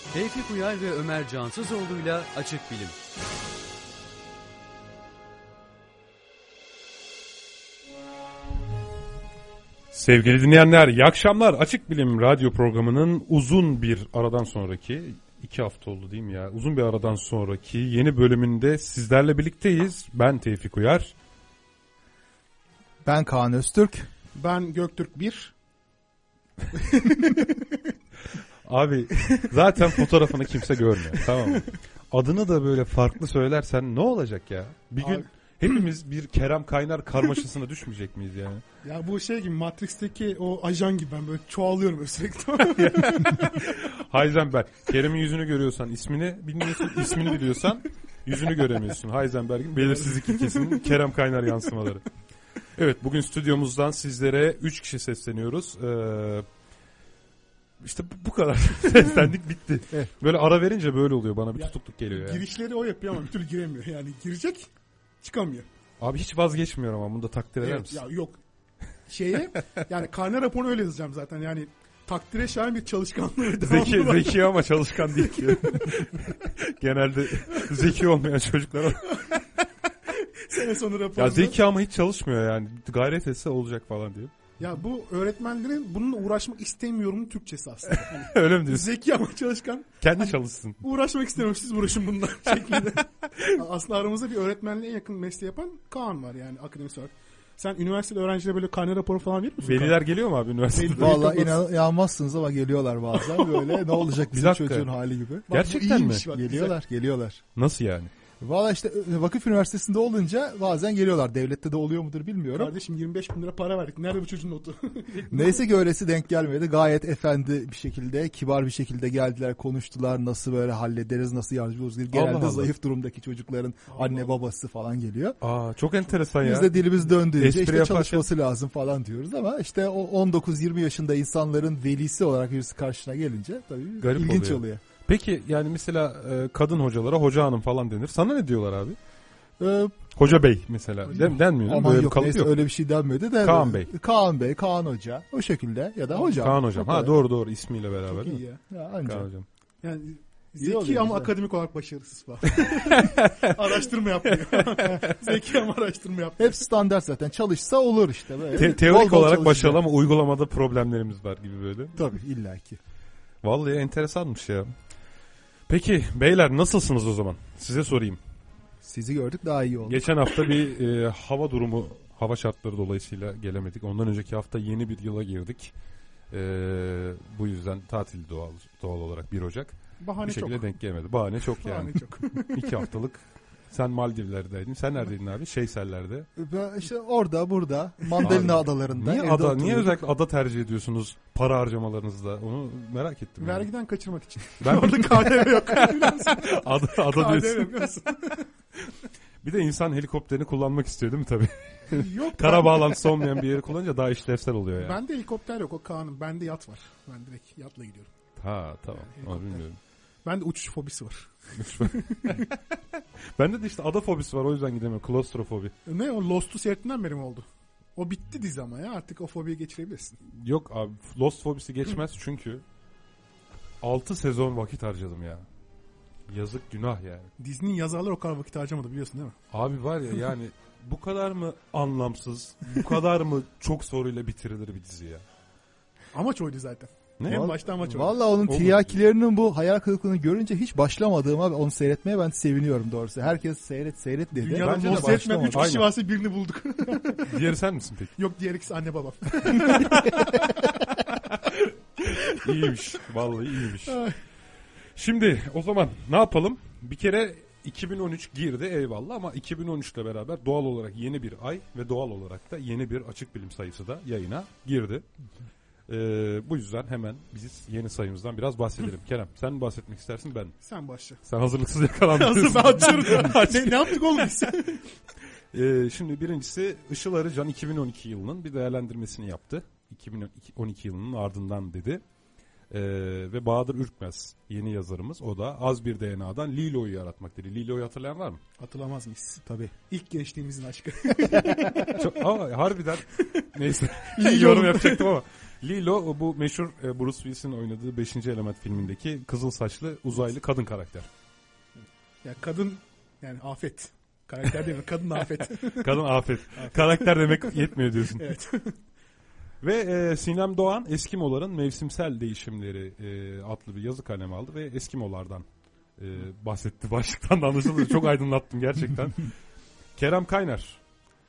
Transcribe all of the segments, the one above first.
Tevfik Uyar ve Ömer Cansızoğlu'yla Açık Bilim. Sevgili dinleyenler, iyi akşamlar. Açık Bilim radyo programının uzun bir aradan sonraki, 2 hafta oldu değil mi ya? Uzun bir aradan sonraki yeni bölümünde sizlerle birlikteyiz. Ben Tevfik Uyar. Ben Kaan Öztürk. Ben Göktürk 1. Abi zaten fotoğrafını kimse görmüyor, tamam mı? Adını da böyle farklı söylersen ne olacak ya? Bir gün hepimiz bir Kerem Kaynar karmaşasına düşmeyecek miyiz yani? Ya bu şey gibi, Matrix'teki o ajan gibi, ben böyle çoğalıyorum böyle sürekli. Heisenberg. Kerem'in yüzünü görüyorsan ismini bilmiyorsun, ismini biliyorsan yüzünü göremiyorsun. Heisenberg'in belirsizlik ilkesinin Kerem Kaynar yansımaları. Evet, bugün stüdyomuzdan sizlere 3 kişi sesleniyoruz. İşte bu kadar. Seslendik, bitti. Evet. Böyle ara verince böyle oluyor, bana bir tutukluk geliyor yani. Girişleri o yapıyor ama bir türlü giremiyor. Yani girecek, çıkamıyor. Abi hiç vazgeçmiyor ama bunu da takdir eder misin? Ya yok. Yani karne raporunu öyle yazacağım zaten. Yani takdire şayan bir çalışkanlığı ve devamlılığı var. Zeki ama çalışkan değil ki. Genelde zeki olmayan çocuklar. Sene sonu raporunda. Ya zeki ama hiç çalışmıyor yani. Gayret etse olacak falan diye. Ya bu öğretmenlerin bununla uğraşmak istemiyorumun Türkçesi aslında. Yani Öyle mi diyorsun? zeki ama çalışkan. Kendi çalışsın. Uğraşmak istemiyorum, siz uğraşın bundan şeklinde. Aslında aramızda bir öğretmenliğe en yakın mesleği yapan Kaan var yani, akademisyen olarak. Sen üniversitede öğrencilere böyle karne raporu falan verir misin? Veliler geliyor mu abi üniversitede? Vallahi inanmazsınız ama geliyorlar bazen böyle. Ne olacak bizim çocuğun hali gibi. Gerçekten mi? Geliyorlar. Nasıl yani? Vallahi işte vakıf üniversitesinde olunca bazen geliyorlar. Devlette de oluyor mudur bilmiyorum. Kardeşim 25 bin lira para verdik. Nerede bu çocuğun notu? Neyse ki öylesi denk gelmedi. Gayet efendi bir şekilde, kibar bir şekilde geldiler, konuştular. Nasıl böyle hallederiz, nasıl yardımcı oluruz. Genelde Allah. zayıf durumdaki çocukların anne babası falan geliyor. Aa, çok enteresan ya. Biz de dilimiz döndüğünce Espri işte yaparken... çalışması lazım falan diyoruz ama işte o 19-20 yaşında insanların velisi olarak birisi karşına gelince tabii garip ilginç oluyor. Peki yani mesela kadın hocalara hoca hanım falan denir. Sana ne diyorlar abi? Ee, Hoca bey mesela. Denmiyor. Aman Böyle yok, kalıp neyse, yok. öyle bir şey denmedi de. Kaan Bey. Kaan Bey, Kaan Hoca. O şekilde ya da hocam. Kaan Hocam. Ha, doğru ismiyle beraber. Çok iyi ya. Kaan Hocam. Yani İyi oluyor, zeki ama güzel. akademik olarak başarısız falan. Araştırma yapmıyor. Zeki ama araştırma yapmıyor. Hep standart zaten. Çalışsa olur işte. Böyle. Teorik Bol bol olarak çalışacak. başarılı ama uygulamada problemlerimiz var gibi böyle. Tabii illaki. Vallahi enteresanmış ya. Peki beyler, nasılsınız o zaman? Size sorayım. Sizi gördük daha iyi oldu. Geçen hafta bir hava şartları dolayısıyla gelemedik. Ondan önceki hafta yeni bir yıla girdik. Bu yüzden tatil doğal olarak 1 Ocak. Bahane bir şekilde çok. denk gelmedi. Bahane çok yani. Bahane çok. 2 haftalık. Sen Maldivler'deydin. Sen neredeydin abi? Seyseller'de. İşte orada burada Mandalina adalarında. Niye özellikle ada tercih ediyorsunuz para harcamalarınızda? Onu merak ettim. Vergiden kaçırmak için. Ben Orada KDV yok. ada KDV diyorsun. biliyorsun. Bir de insan helikopterini kullanmak istiyor değil mi tabii? Yok. Kara bağlantısı olmayan bir yeri kullanınca daha işlevsel oluyor yani. Bende helikopter yok, o Kaan'ın. Bende yat var. Ben direkt yatla gidiyorum. Ha tamam. Onu bilmiyorum. Bende uçuş fobisi var. Bende de işte ada fobisi var, o yüzden gidemiyorum. Klostrofobi. Ne o, Lost'u seyrettiğinden beri mi oldu? O bitti dizi ama ya, artık o fobiyi geçirebilirsin. Yok abi, Lost fobisi geçmez çünkü 6 sezon vakit harcadım ya. Yazık, günah yani. Disney'in yazarları o kadar vakit harcamadı, biliyorsun değil mi? Abi var ya yani bu kadar mı anlamsız, bu kadar mı çok soruyla bitirilir bir dizi ya? Amaç oydu zaten. Ne? En başta amaç oydu. Valla onun tiryakilerinin bu hayal kırıklığını görünce hiç başlamadığıma, onu seyretmeye ben seviniyorum doğrusu. Herkes seyret dedi. Dünyada Bence de Lost seyretmeyen 3 kişi Aynen. varsa birini bulduk. Diğeri sen misin peki? Yok, diğer ikisi anne babam. İyiymiş. Vallahi iyiymiş. Şimdi o zaman ne yapalım? Bir kere 2013 girdi eyvallah ama 2013 ile beraber doğal olarak yeni bir ay ve doğal olarak da yeni bir açık bilim sayısı da yayına girdi. Bu yüzden hemen biz yeni sayımızdan biraz bahsedelim. Kerem, sen mi bahsetmek istersin, ben mi? Sen başla. Sen hazırlıksız yakalandın. Hazır, ben açıyorum. Ne yaptık oğlum biz? Şimdi birincisi Işıl Arıcan 2012 yılının bir değerlendirmesini yaptı. 2012 yılının ardından dedi. Ve Bahadır Ürkmez yeni yazarımız, o da az bir DNA'dan Lilo'yu yaratmak dedi. Lilo'yu hatırlayan var mı? Hatırlamaz mıyız? Tabii. İlk gençliğimizin aşkı. Ama harbiden neyse yorum yapacaktım ama Lilo bu meşhur Bruce Willis'in oynadığı 5. Element filmindeki kızıl saçlı uzaylı kadın karakter. Ya kadın yani afet. Karakter değil mi? Kadın afet. Kadın afet. Karakter demek yetmiyor diyorsun. Evet. Ve Sinem Doğan Eskimoların Mevsimsel Değişimleri adlı bir yazı kalemi aldı ve Eskimolardan bahsetti. Başlıktan da anlaşıldı. Çok aydınlattım gerçekten. Kerem Kaynar.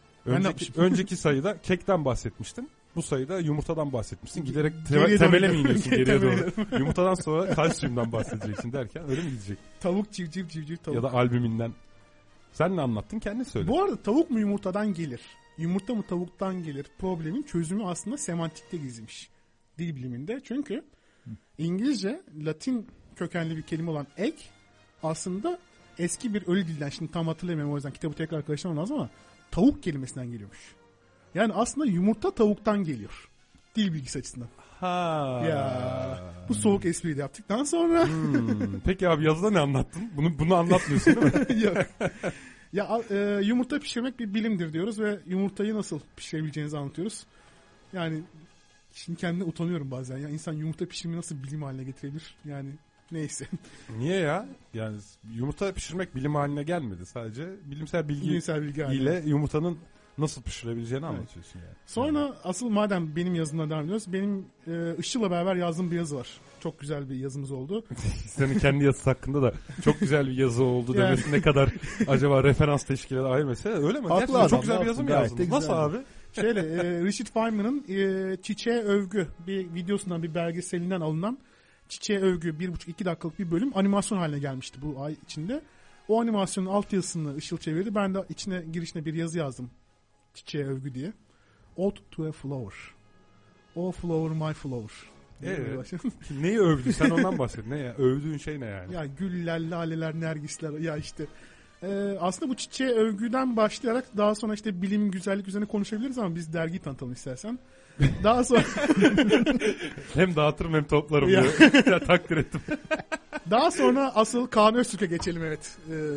Önceki sayıda kekten bahsetmiştin. Bu sayıda yumurtadan bahsetmişsin. Giderek temele mi iniyorsun geriye doğru? Yumurtadan sonra kalsiyumdan bahsedeceksin derken öyle mi gidecek? Tavuk civciv tavuk. Ya da albüminden. Sen ne anlattın? Kendin söyle. Bu arada tavuk mu yumurtadan gelir? Yumurta mı tavuktan gelir? Problemin çözümü aslında semantikte gizliymiş. Dil biliminde. Çünkü İngilizce Latin kökenli bir kelime olan egg aslında eski bir ölü dilden, şimdi tam hatırlamıyorum o yüzden kitabı tekrar karıştırmam lazım ama tavuk kelimesinden geliyormuş. Yani aslında yumurta tavuktan geliyor. Dil bilgisi açısından. Ha. Ya bu soğuk espriyi de yaptıktan sonra. Peki abi yazıda ne anlattın? Bunu anlatmıyorsun değil mi? Yok. Ya yumurta pişirmek bir bilimdir diyoruz ve yumurtayı nasıl pişirebileceğinizi anlatıyoruz. Yani şimdi kendime utanıyorum bazen. Ya insan yumurta pişirmeyi nasıl bilim haline getirebilir? Yani neyse. Niye ya? Yani yumurta pişirmek bilim haline gelmedi. Sadece bilimsel bilgi ile yumurtanın nasıl pişirebileceğini anlatıyorsun yani. Sonra asıl madem benim yazımla devam ediyoruz. Benim Işıl'la beraber yazdığım bir yazı var. Çok güzel bir yazımız oldu. Senin kendi yazısı hakkında da çok güzel bir yazı oldu demesi ne kadar acaba referans teşkil eder ayrı mesele. Öyle mi? Gerçekten çok güzel bir yazı mı yazdın? Nasıl abi? Şöyle Richard Feynman'ın Çiçeğe Övgü bir videosundan, bir belgeselinden alınan Çiçeğe Övgü 1,5-2 dakikalık bir bölüm animasyon haline gelmişti bu ay içinde. O animasyonun altyazısını Işıl çevirdi. Ben de girişine bir yazı yazdım. Çiçeğe Övgü diye. Ode to a Flower. O flower my flower. Neyi övdü? Sen ondan bahset. Ne ya? Övdüğün şey ne yani? Ya güller, laleler, nergisler. Ya işte aslında bu çiçeğe övgüden başlayarak daha sonra işte bilim, güzellik üzerine konuşabiliriz ama biz dergiyi tanıtalım istersen. Daha sonra hem dağıtırım hem toplarım diyor. Ya, takdir ettim. Daha sonra asıl Kaan Öztürk'e geçelim evet.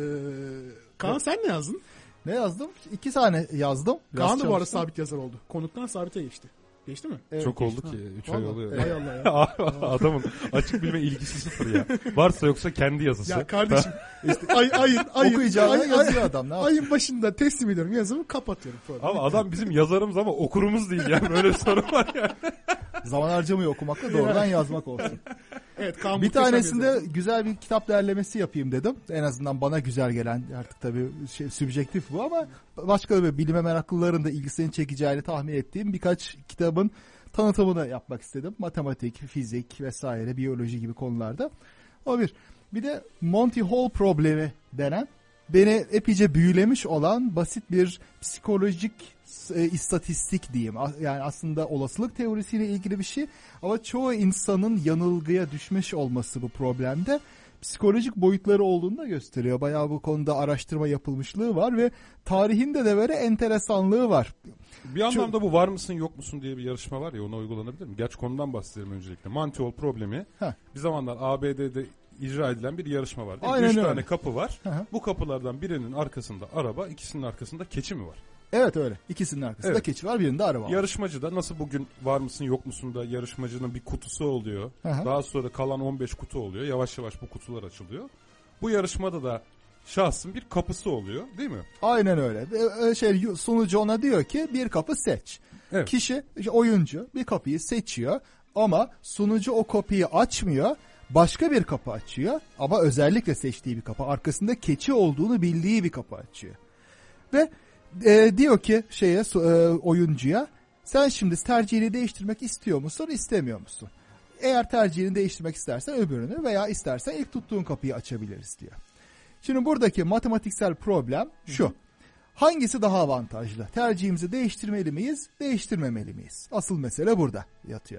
Kaan sen ne yazdın? Ne yazdım? 2 tane yazdım. Kaan da bu arada sabit yazar oldu. Konuktan sabite geçti. Geçti mi? Evet, çok oldu ki. 3 ay oluyor. Hay Allah ya. Adamın açık bilme ilgisi sıfır ya. Varsa yoksa kendi yazısı. Ya kardeşim işte ayın okuyacağını yazıyor adam. Ayın başında teslim ediyorum yazımı, kapatıyorum. Ama adam bizim yazarımız ama okurumuz değil yani. Böyle bir sorun var yani. Zaman harcamayı okumakla doğrudan yazmak olsun. Evet, Kaan bir tanesinde güzel bir kitap derlemesi yapayım dedim. En azından bana güzel gelen, artık tabii sübjektif bu ama başka bir bilime meraklıların da ilgisini çekeceğini tahmin ettiğim birkaç kitabın tanıtımını yapmak istedim. Matematik, fizik vesaire, biyoloji gibi konularda. O bir. Bir de Monty Hall problemi denen, beni epeyce büyülemiş olan basit bir psikolojik istatistik diyeyim. Yani aslında olasılık teorisiyle ilgili bir şey ama çoğu insanın yanılgıya düşmüş olması bu problemde psikolojik boyutları olduğunu da gösteriyor. Bayağı bu konuda araştırma yapılmışlığı var ve tarihinde de böyle enteresanlığı var. Bir anlamda bu var mısın yok musun diye bir yarışma var ya, ona uygulanabilir mi? Gerçi konudan bahsedelim öncelikle. Monty Hall problemi bir zamanlar ABD'de icra edilen bir yarışma var. 3 tane kapı var. Bu kapılardan birinin arkasında araba, ikisinin arkasında keçi mi var? Evet öyle. İkisinin arkasında keçi var, birinde araba var. Yarışmacı da nasıl bugün var mısın yok musun da yarışmacının bir kutusu oluyor. Daha sonra kalan 15 kutu oluyor. Yavaş yavaş bu kutular açılıyor. Bu yarışmada da şahsın bir kapısı oluyor, değil mi? Aynen öyle. Sunucu ona diyor ki bir kapı seç. Evet. Kişi, oyuncu bir kapıyı seçiyor ama sunucu o kapıyı açmıyor. Başka bir kapı açıyor ama özellikle seçtiği bir kapı, arkasında keçi olduğunu bildiği bir kapı açıyor. Ve diyor ki oyuncuya, sen şimdi tercihini değiştirmek istiyor musun, istemiyor musun? Eğer tercihini değiştirmek istersen öbürünü veya istersen ilk tuttuğun kapıyı açabiliriz diyor. Şimdi buradaki matematiksel problem şu. Hangisi daha avantajlı? Tercihimizi değiştirmeli miyiz, değiştirmemeli miyiz? Asıl mesele burada yatıyor.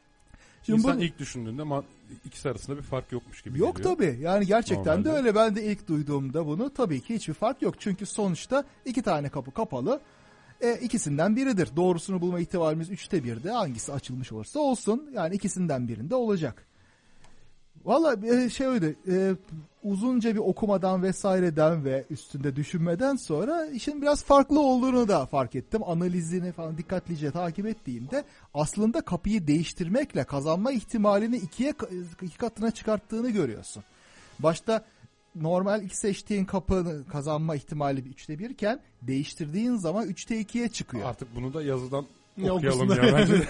Şimdi İnsan ilk düşündüğünde ikisi arasında bir fark yokmuş gibi yok geliyor. Tabii. Yani gerçekten normalde de öyle. Ben de ilk duyduğumda bunu tabii ki hiçbir fark yok. Çünkü sonuçta 2 tane kapı kapalı. İkisinden biridir. Doğrusunu bulma ihtimalimiz 1/3'te hangisi açılmış olursa olsun. Yani ikisinden birinde olacak. Valla öyle uzunca bir okumadan vesaireden ve üstünde düşünmeden sonra işin biraz farklı olduğunu da fark ettim. Analizini falan dikkatlice takip ettiğimde aslında kapıyı değiştirmekle kazanma ihtimalini iki katına çıkarttığını görüyorsun. Başta normal ilk seçtiğin kapının kazanma ihtimali 3'te 1 iken değiştirdiğin zaman 3'te 2'ye çıkıyor. Artık bunu da yazıdan Ya okuyalım okusunlar ya. Bence.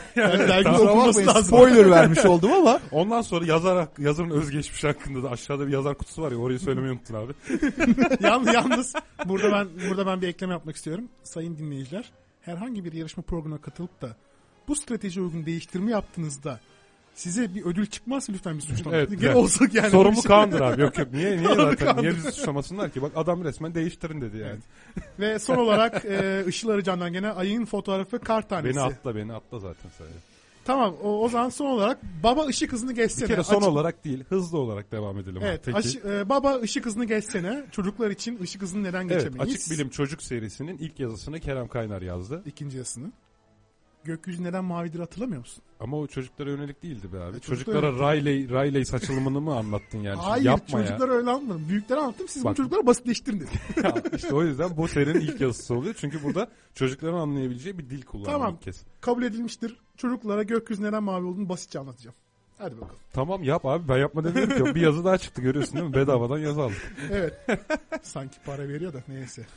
Spoiler vermiş oldum ama. Ondan sonra yazarın özgeçmişi hakkında da aşağıda bir yazar kutusu var ya, orayı söylemeyi unuttun abi. Yalnız burada ben bir ekleme yapmak istiyorum. Sayın dinleyiciler, herhangi bir yarışma programına katılıp da bu strateji uygun değiştirme yaptığınızda size bir ödül çıkmazsa lütfen bir suçlamayın. Evet, Gene olsak yani. Sorumlu Kaan'dır abi. Yok niye zaten Kaan'dır. niye bizi suçlamasınlar ki? Bak adam resmen değiştirin dedi yani. Ve son olarak Işıl Arıcan'dan gene ayın fotoğrafı kar tanesi. Beni atla zaten sadece. Tamam o zaman son olarak baba ışık hızını geçsene. Bir kere son olarak değil, hızlı olarak devam edelim. Evet. Peki. Baba ışık hızını geçsene. Çocuklar için ışık hızını neden Evet, geçemeyiz? Açık Bilim Çocuk serisinin ilk yazısını Kerem Kaynar yazdı. İkinci yazısını. Gökyüzü neden mavidir hatırlamıyor musun? Ama o çocuklara yönelik değildi be abi. Çocuklara Çocuklara Riley saçılımını mı anlattın yani? Hayır, yapma çocuklara öyle anlatmadım. Büyüklere anlattım, siz Bak. bu çocuklara basitleştirin dedim. ya. İşte o yüzden bu serinin ilk yazısı oluyor. Çünkü burada çocukların anlayabileceği bir dil kullanıyor. Tamam. Bir kez. Kabul edilmiştir. Çocuklara gökyüzü neden mavi olduğunu basitçe anlatacağım. Hadi bakalım. Tamam yap abi, ben yapma demiyorum ki. Bir yazı daha çıktı, görüyorsun değil mi? Bedavadan yazı aldık. Evet. Sanki para veriyor da neyse.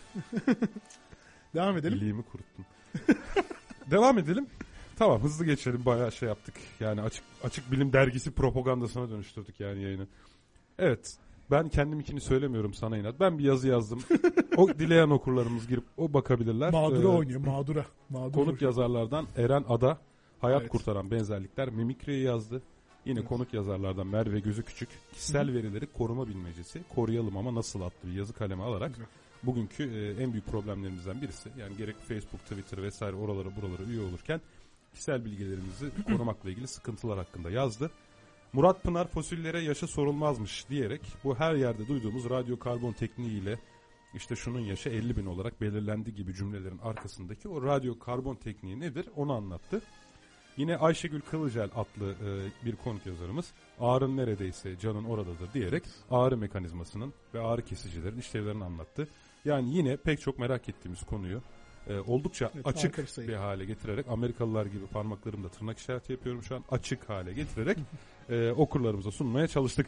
Devam edelim. İliğimi kuruttun. Devam edelim. Tamam, hızlı geçelim, bayağı şey yaptık. Yani açık bilim dergisi propagandasına dönüştürdük yani yayını. Evet, ben kendiminkini söylemiyorum sana inat. Ben bir yazı yazdım. O dileyen okurlarımız girip o bakabilirler. Mağdura oynuyor, mağdura. Konuk yazarlardan Eren Ada, Hayat Evet. Kurtaran Benzerlikler, Mimikri'yi yazdı. Yine konuk yazarlardan Merve Gözü Küçük, Kişisel Verileri Koruma Bilmecesi, Koruyalım Ama Nasıl adlı bir yazı kaleme alarak Güzel. bugünkü en büyük problemlerimizden birisi. Yani gerek Facebook, Twitter vesaire buralara üye olurken kişisel bilgilerimizi korumakla ilgili sıkıntılar hakkında yazdı. Murat Pınar fosillere yaşı sorulmazmış diyerek bu her yerde duyduğumuz radyokarbon tekniğiyle işte şunun yaşı 50.000 olarak belirlendi gibi cümlelerin arkasındaki o radyokarbon tekniği nedir onu anlattı. Yine Ayşegül Kılıcel adlı bir konuk yazarımız ağrın neredeyse canın oradadır diyerek ağrı mekanizmasının ve ağrı kesicilerin işlevlerini anlattı. Yani yine pek çok merak ettiğimiz konuyu oldukça açık bir hale getirerek, Amerikalılar gibi parmaklarımda tırnak işareti yapıyorum şu an, açık hale getirerek okurlarımıza sunmaya çalıştık.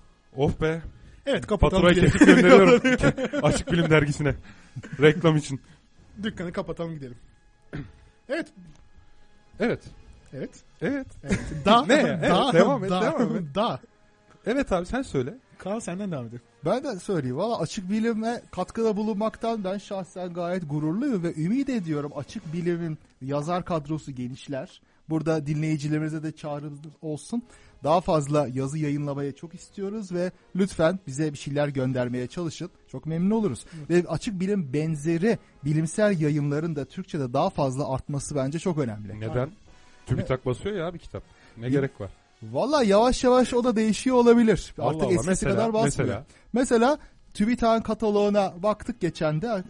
Oh be. Evet, kapatalım. Faturayı kesip gönderiyorum Açık Bilim dergisine reklam için. Dükkanı kapatalım gidelim. Evet. Evet. Evet. Evet. Da. Ne? Evet, devam et. Da. Evet abi, sen söyle. Kaan senden devam edelim. Ben de söyleyeyim. Valla açık bilime katkıda bulunmaktan ben şahsen gayet gururluyum ve ümit ediyorum açık bilimin yazar kadrosu genişler. Burada dinleyicilerimize de çağrımız olsun. Daha fazla yazı yayınlamaya çok istiyoruz ve lütfen bize bir şeyler göndermeye çalışın. Çok memnun oluruz. Ve açık bilim benzeri bilimsel yayınların da Türkçe'de daha fazla artması bence çok önemli. Neden? TÜBİTAK basıyor ya bir kitap. Ne gerek var? Valla yavaş yavaş o da değişiyor olabilir. Allah Artık Allah. eskisi kadar basmıyor. Mesela TÜBİTAK'ın kataloğuna baktık geçen de.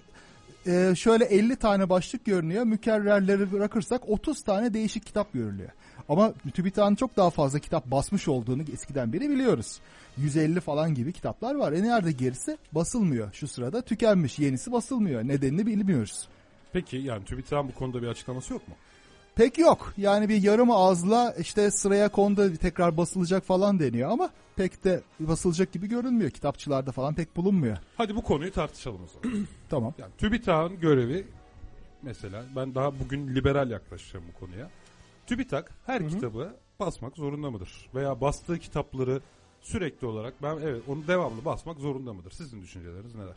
Şöyle 50 tane başlık görünüyor. Mükerrerleri bırakırsak 30 tane değişik kitap görülüyor. Ama TÜBİTAK'ın çok daha fazla kitap basmış olduğunu eskiden beri biliyoruz. 150 falan gibi kitaplar var. Nerede gerisi? Basılmıyor. Şu sırada tükenmiş. Yenisi basılmıyor. Nedenini bilmiyoruz. Peki yani TÜBİTAK'ın bu konuda bir açıklaması yok mu? Pek yok. Yani bir yarım ağızla işte sıraya kondu tekrar basılacak falan deniyor ama pek de basılacak gibi görünmüyor. Kitapçılarda falan pek bulunmuyor. Hadi bu konuyu tartışalım o zaman. Tamam. Yani TÜBİTAK'ın görevi, mesela ben daha bugün liberal yaklaşacağım bu konuya. TÜBİTAK her kitabı basmak zorunda mıdır? Veya bastığı kitapları sürekli olarak onu devamlı basmak zorunda mıdır? Sizin düşünceleriniz neler?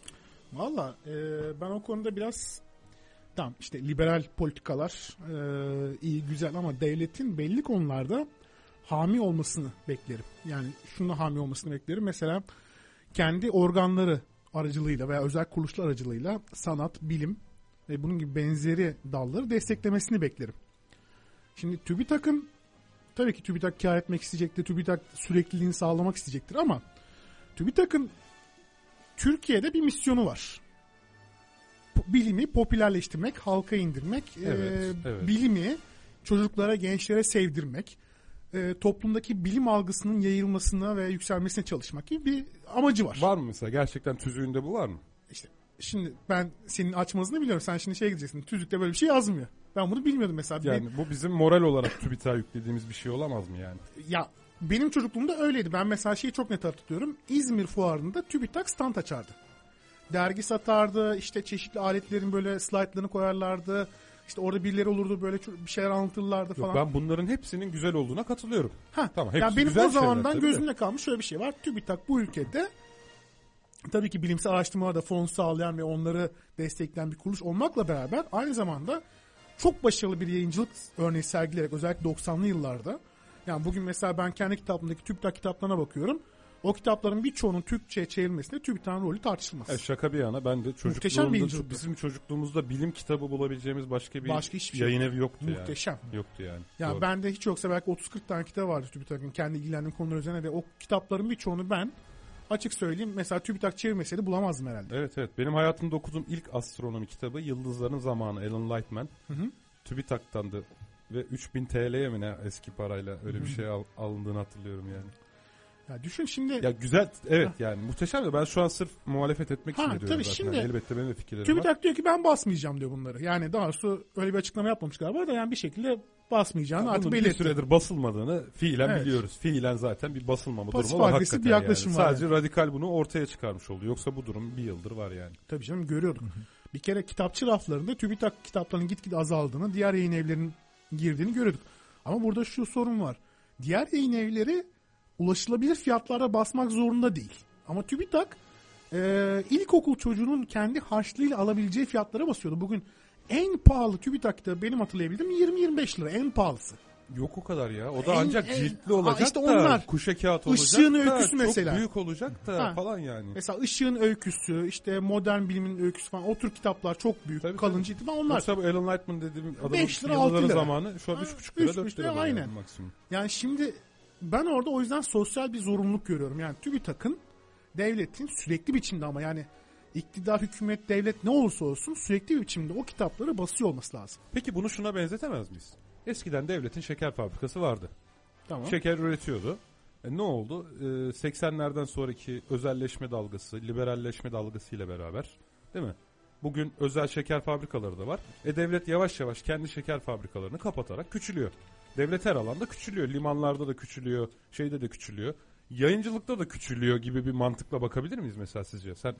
Valla ben o konuda biraz tamam işte liberal politikalar iyi güzel ama devletin belli konularda hami olmasını beklerim. Yani şununla hami olmasını beklerim. Mesela kendi organları aracılığıyla veya özel kuruluşlar aracılığıyla sanat, bilim ve bunun gibi benzeri dalları desteklemesini beklerim. Şimdi TÜBİTAK'ın tabii ki TÜBİTAK kâr etmek isteyecektir. TÜBİTAK sürekliliğini sağlamak isteyecektir ama TÜBİTAK'ın Türkiye'de bir misyonu var. Bilimi popülerleştirmek, halka indirmek, Evet. bilimi çocuklara, gençlere sevdirmek, toplumdaki bilim algısının yayılmasına ve yükselmesine çalışmak gibi bir amacı var. Var mı mesela? Gerçekten tüzüğünde bu var mı? İşte şimdi ben senin açmazını biliyorum. Sen şimdi gideceksin. Tüzükte böyle bir şey yazmıyor. Ben bunu bilmiyordum mesela. Yani bu bizim moral olarak TÜBİTAK'a yüklediğimiz bir şey olamaz mı yani? Ya benim çocukluğumda öyleydi. Ben mesela şeyi çok net hatırlıyorum. İzmir fuarında TÜBİTAK stand açardı. Dergi satardı. İşte çeşitli aletlerin böyle slaytlarını koyarlardı. İşte orada birileri olurdu, böyle bir şeyler anlatırlardı falan. Yok, ben bunların hepsinin güzel olduğuna katılıyorum. Tamam, hepsi yani benim güzel o zamandan şeyler, gözümde kalmış şöyle bir şey var. TÜBİTAK bu ülkede tabii ki bilimsel araştırmalarda fon sağlayan ve onları destekleyen bir kuruluş olmakla beraber aynı zamanda çok başarılı bir yayıncılık örneği sergileyerek, özellikle 90'lı yıllarda. Yani bugün mesela ben kendi kitabımdaki TÜBİTAK kitaplarına bakıyorum. O kitapların birçoğunun Türkçe'ye çevrilmesinde TÜBİTAK'ın rolü tartışılmaz. Şaka bir yana, ben de çocukluğumda, bizim çocukluğumuzda bilim kitabı bulabileceğimiz başka hiçbir yayın evi yoktu. Muhteşem. Yani. Yoktu yani. Yani bende hiç yoksa belki 30-40 tane kitap vardı TÜBİTAK'ın kendi ilgilendiğim konular üzerine ve o kitapların birçoğunu ben açık söyleyeyim mesela TÜBİTAK çevirmeseydi bulamazdım herhalde. Evet. Benim hayatımda okuduğum ilk astronomi kitabı Yıldızların Zamanı, Alan Lightman. TÜBİTAK'tandı ve 3000 TL'ye mi ne eski parayla öyle bir şey alındığını hatırlıyorum yani. Ya düşün şimdi. Ya güzel, evet yani muhteşem de ben şu an sırf muhalefet etmek için diyorum zaten. Şimdi, elbette benim de fikirlerim TÜBİTAK var. diyor ki ben basmayacağım diyor bunları. Yani daha doğrusu öyle bir açıklama yapmamış galiba da yani bir şekilde basmayacağını artık belirtti. Bir süredir basılmadığını fiilen biliyoruz. Fiilen zaten bir basılmama pasif durumu var hakikaten bir yaklaşım yani. var. Sadece radikal bunu ortaya çıkarmış oldu. Yoksa bu durum bir yıldır var yani. Tabii canım görüyorduk. Bir kere kitapçı raflarında TÜBİTAK kitaplarının gitgide azaldığını, diğer yayın evlerinin girdiğini görüyorduk. Ama burada şu sorun var. Diğer yayın evleri ulaşılabilir fiyatlara basmak zorunda değil. Ama TÜBİTAK ilkokul çocuğunun kendi harçlığıyla alabileceği fiyatlara basıyordu. Bugün en pahalı TÜBİTAK kitabı benim hatırlayabildiğim 20-25 lira en pahalısı. Yok o kadar ya. O da ancak ciltli olacak işte da, onlar, kuşa kağıt olacak Işığın da, öyküsü mesela. çok büyük olacak da falan yani. Mesela Işığın öyküsü, işte modern bilimin öyküsü falan o tür kitaplar çok büyük, kalın ciltli falan onlar. Mesela bu Alan Lightman dediğim adamın 5 lira 6 lira. Zamanı şu an 3,5 lira 4 lira aynen. Yani maksimum. Yani şimdi ben orada o yüzden sosyal bir zorunluluk görüyorum. Yani TÜBİTAK'ın, devletin sürekli biçimde ama yani iktidar, hükümet, devlet ne olursa olsun sürekli bir biçimde o kitapları basıyor olması lazım. Peki bunu şuna benzetemez miyiz? Eskiden devletin şeker fabrikası vardı. Tamam. Şeker üretiyordu. Ne oldu? 80'lerden sonraki özelleşme dalgası, liberalleşme dalgası ile beraber, değil mi? Bugün özel şeker fabrikaları da var. Devlet yavaş yavaş kendi şeker fabrikalarını kapatarak küçülüyor. Devlet her alanda küçülüyor. Limanlarda da küçülüyor, şeyde de küçülüyor. Yayıncılıkta da küçülüyor gibi bir mantıkla bakabilir miyiz mesela sizce? Sen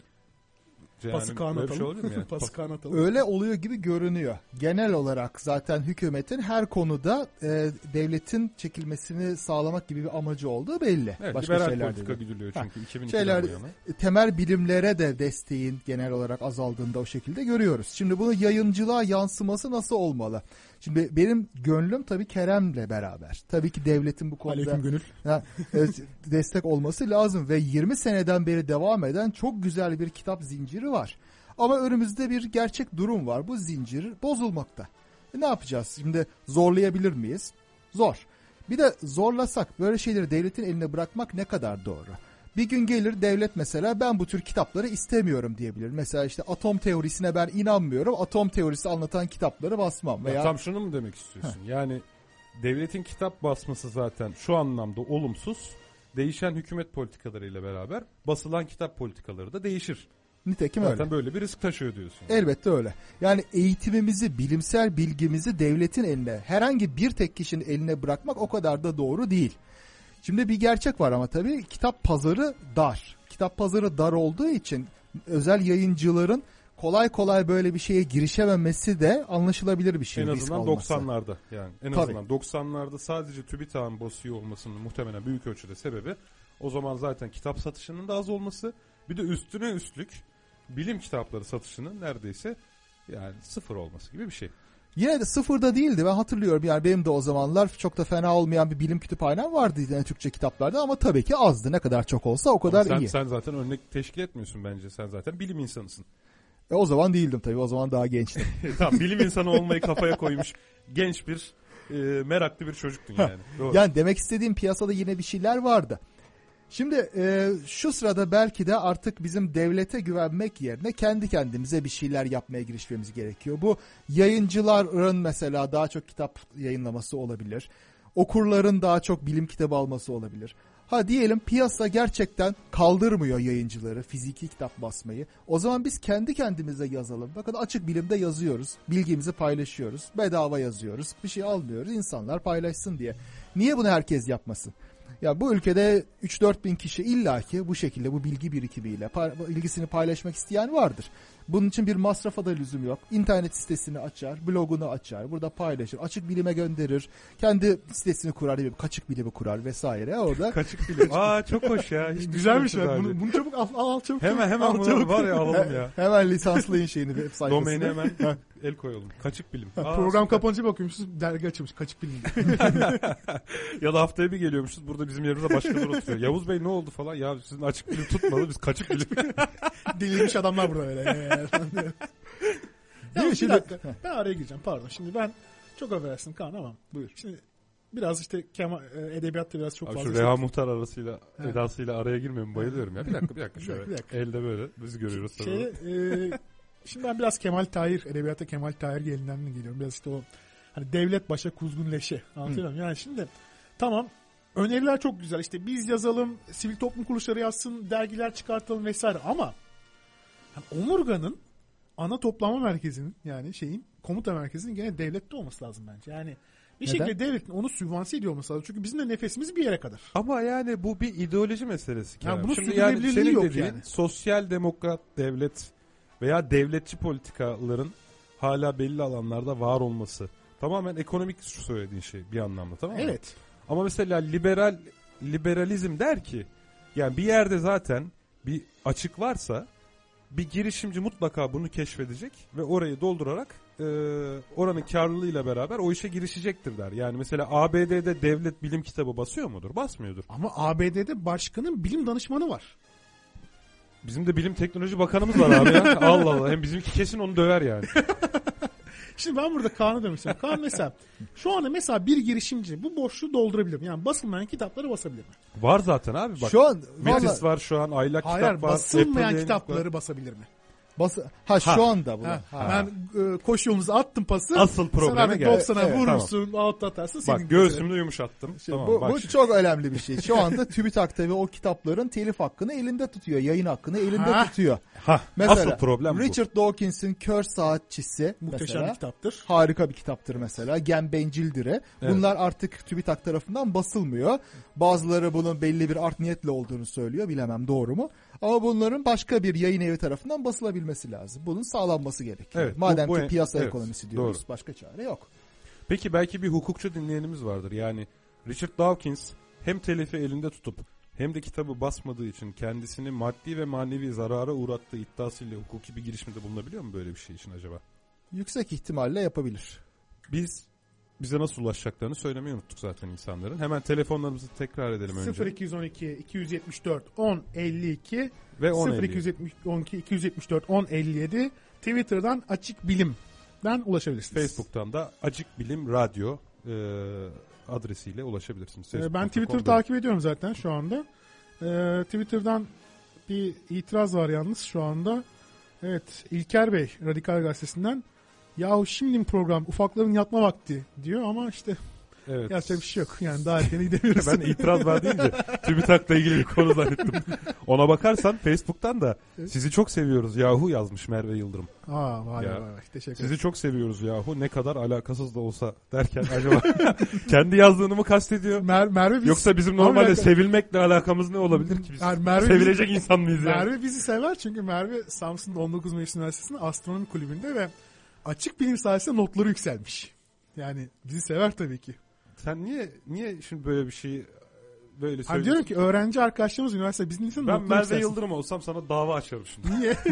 Pası Kaan atalım. Pası Kaan atalım. Öyle oluyor gibi görünüyor. Genel olarak zaten hükümetin her konuda devletin çekilmesini sağlamak gibi bir amacı olduğu belli. Evet, başka liberal şeyler politika güdülüyor çünkü 2002'den şeyler, bu yana. temel bilimlere de desteğin genel olarak azaldığında o şekilde görüyoruz. Şimdi bunun yayıncılığa yansıması nasıl olmalı? Şimdi benim gönlüm tabii Kerem'le beraber. Tabii ki devletin bu konuda destek olması lazım ve 20 seneden beri devam eden çok güzel bir kitap zinciri var. Ama önümüzde bir gerçek durum var. Bu zincir bozulmakta. Ne yapacağız? Şimdi zorlayabilir miyiz? Zor. Bir de zorlasak böyle şeyleri devletin eline bırakmak ne kadar doğru? Bir gün gelir devlet mesela ben bu tür kitapları istemiyorum diyebilir. Mesela işte atom teorisine ben inanmıyorum. Atom teorisi anlatan kitapları basmam. Veya... Tam şunu mu demek istiyorsun? Yani devletin kitap basması zaten şu anlamda olumsuz. Değişen hükümet politikalarıyla beraber basılan kitap politikaları da değişir. Nitekim zaten öyle. Böyle bir risk taşıyor diyorsun. Elbette öyle. Yani eğitimimizi, bilimsel bilgimizi devletin eline, herhangi bir tek kişinin eline bırakmak o kadar da doğru değil. Şimdi bir gerçek var ama tabii kitap pazarı dar. Kitap pazarı dar olduğu için özel yayıncıların kolay kolay böyle bir şeye girişememesi de anlaşılabilir bir şey. En azından 90'larda yani. En tabii. azından 90'larda sadece TÜBİTAK'ın basıyor olmasının muhtemelen büyük ölçüde sebebi o zaman zaten kitap satışının da az olması. Bir de üstüne üstlük bilim kitapları satışının neredeyse yani sıfır olması gibi bir şey. Yine de sıfırda değildi. Ben hatırlıyorum yani benim de o zamanlar çok da fena olmayan bir bilim kütüphanem vardı yani Türkçe kitaplarda ama tabii ki azdı. Ne kadar çok olsa o kadar iyi. Sen zaten örnek teşkil etmiyorsun bence. Sen zaten bilim insanısın. O zaman değildim tabii. O zaman daha gençtim. Tamam, bilim insanı olmayı kafaya koymuş genç bir meraklı bir çocuktun yani. Doğru. Yani demek istediğim piyasada yine bir şeyler vardı. Şimdi şu sırada belki de artık bizim devlete güvenmek yerine kendi kendimize bir şeyler yapmaya girişmemiz gerekiyor. Bu yayıncıların mesela daha çok kitap yayınlaması olabilir. Okurların daha çok bilim kitabı alması olabilir. Ha diyelim piyasa gerçekten kaldırmıyor yayıncıları fiziki kitap basmayı. O zaman biz kendi kendimize yazalım. Bakın Açık Bilim'de yazıyoruz. Bilgimizi paylaşıyoruz. Bedava yazıyoruz. Bir şey almıyoruz. İnsanlar paylaşsın diye. Niye bunu herkes yapmasın? Ya bu ülkede 3-4 bin kişi illaki bu şekilde bu bilgi birikimiyle ilgisini paylaşmak isteyen vardır. Bunun için bir masrafa da lüzum yok. İnternet sitesini açar, blogunu açar, burada paylaşır, Açık Bilim'e gönderir, kendi sitesini kurar, Kaçık Bilimi kurar vesaire. Orada Kaçık Bilim. Aa çok hoş ya. Hiç Güzelmiş ya. düşünmemiştim Bunu çabuk al çabuk. Hemen al, bunu çabuk. var ya alalım ya. hemen lisanslayın şeyini web sayfasını. Domaini hemen el koyalım. Kaçık Bilim. Program kapanınca bakıyormuşuz dergi açılmış Kaçık Bilim. Ya da haftaya bir geliyormuşuz. Burada bizim yerimize başkaları oturuyor. Yavuz Bey ne oldu falan. Ya sizin Açık Bilim tutmadı. Biz Kaçık Bilim. Delirmiş adamlar burada öyle. Ya bir dakika. Ben araya gireceğim. Pardon. Şimdi ben çok affedersin Kaan ama. Buyur. Şimdi biraz işte edebiyatta biraz çok Abi fazla. şu Reha Muhtar arasıyla edasıyla araya girmiyorum. Bayılıyorum ya. Bir dakika şöyle. Bir dakika. Elde böyle. Biz görüyoruz tabii. Şimdi ben biraz Kemal Tahir, edebiyatta Kemal Tahir gelinden geliyorum. Biraz işte o hani devlet başa kuzgun leşe. Anlatabiliyor muyum? Yani şimdi tamam öneriler çok güzel. İşte biz yazalım, sivil toplum kuruluşları yazsın, dergiler çıkartalım vesaire ama yani omurganın ana toplama merkezinin yani komuta merkezinin gene devlette olması lazım bence. Yani bir Neden? şekilde devletin onu sübvanse ediyor olması lazım. Çünkü bizim de nefesimiz bir yere kadar. Ama yani bu bir ideoloji meselesi. Yani bunun Şimdi sürdürülebilirliği senin yok dediğin yani. sosyal demokrat devlet veya devletçi politikaların hala belli alanlarda var olması. Tamamen ekonomik şu söylediğin şey bir anlamda, tamam mı? Evet. Ama mesela liberalizm der ki yani bir yerde zaten bir açık varsa bir girişimci mutlaka bunu keşfedecek ve orayı doldurarak oranın karlılığıyla beraber o işe girişecektir der. Yani mesela ABD'de devlet bilim kitabı basıyor mudur? Basmıyordur. Ama ABD'de başkanın bilim danışmanı var. Bizim de bilim teknoloji bakanımız var abi ya. Allah Allah. Hem bizimki kesin onu döver yani. Şimdi ben burada Kaan'a demek istiyorum. Kaan mesela şu anda mesela bir girişimci bu boşluğu doldurabilir mi? Yani basılmayan kitapları basabilir mi? Var zaten abi bak. Şu an Metis var şu an, Aylak Hayır, kitap var. basılmayan Apple kitapları var. basabilir mi? şu anda bu. Ben koş yolunuza attım pası. Asıl probleme gel. gel. 90'a Evet, vurursun, out atarsın. senin Bak göğsümde yumuşattım. Tamam, bu, bak. bu çok önemli bir şey. Şu anda TÜBİTAK tabii o kitapların telif hakkını elinde tutuyor. Yayın hakkını elinde tutuyor. Mesela, asıl problem bu. Richard Dawkins'in Kör Saatçisi muhteşem mesela, bir kitaptır. harika bir kitaptır mesela. Gen Bencildir'e. Evet. Bunlar artık TÜBİTAK tarafından basılmıyor. Bazıları bunun belli bir art niyetle olduğunu söylüyor. Bilemem doğru mu? Ama bunların başka bir yayın evi tarafından basılabilmesi lazım. Bunun sağlanması gerekiyor. Evet, Madem bu ki piyasa evet, ekonomisi diyoruz. doğru. Başka çare yok. Peki belki bir hukukçu dinleyenimiz vardır. Yani Richard Dawkins hem telifi elinde tutup hem de kitabı basmadığı için kendisini maddi ve manevi zarara uğrattığı iddiasıyla hukuki bir girişimde bulunabiliyor mu böyle bir şey için acaba? Yüksek ihtimalle yapabilir. Bize nasıl ulaşacaklarını söylemeyi unuttuk zaten insanların. Hemen telefonlarımızı tekrar edelim önce. 0212 274 1052 Ve 0212 274 1057 Twitter'dan Açık Bilim'den ulaşabilirsiniz. Facebook'tan da Açık Bilim Radyo adresiyle ulaşabilirsiniz. Ben Twitter'ı takip ediyorum zaten şu anda. Twitter'dan bir itiraz var yalnız şu anda. Evet, İlker Bey Radikal Gazetesi'nden yahu şimdi mi program ufakların yatma vakti diyor ama işte Evet. yapacak bir şey yok. Yani daha erken gidemiyoruz. Ben itiraz var deyince TÜBİTAK'la ilgili bir konu zannettim. Ona bakarsan Facebook'tan da sizi çok seviyoruz yahu yazmış Merve Yıldırım. Vay. Teşekkür ederim. Sizi çok seviyoruz yahu ne kadar alakasız da olsa derken acaba kendi yazdığını mı kastediyor? Merve Yoksa bizim normalde sevilmekle alakamız ne olabilir ki? Biz Yani sevilecek insan mıyız yani? Merve bizi sever çünkü Merve Samsun'da 19 Mayıs Üniversitesi'nde astronomi kulübünde ve açık bilim sayesinde notları yükselmiş. Yani bizi sever tabii ki. Sen niye şimdi böyle bir şeyi böyle Hani söylüyorsun? diyorum ki öğrenci arkadaşlarımız üniversite bizim için Ben notları Merve yükselsin. Yıldırım olsam sana dava açarım şimdi. Niye?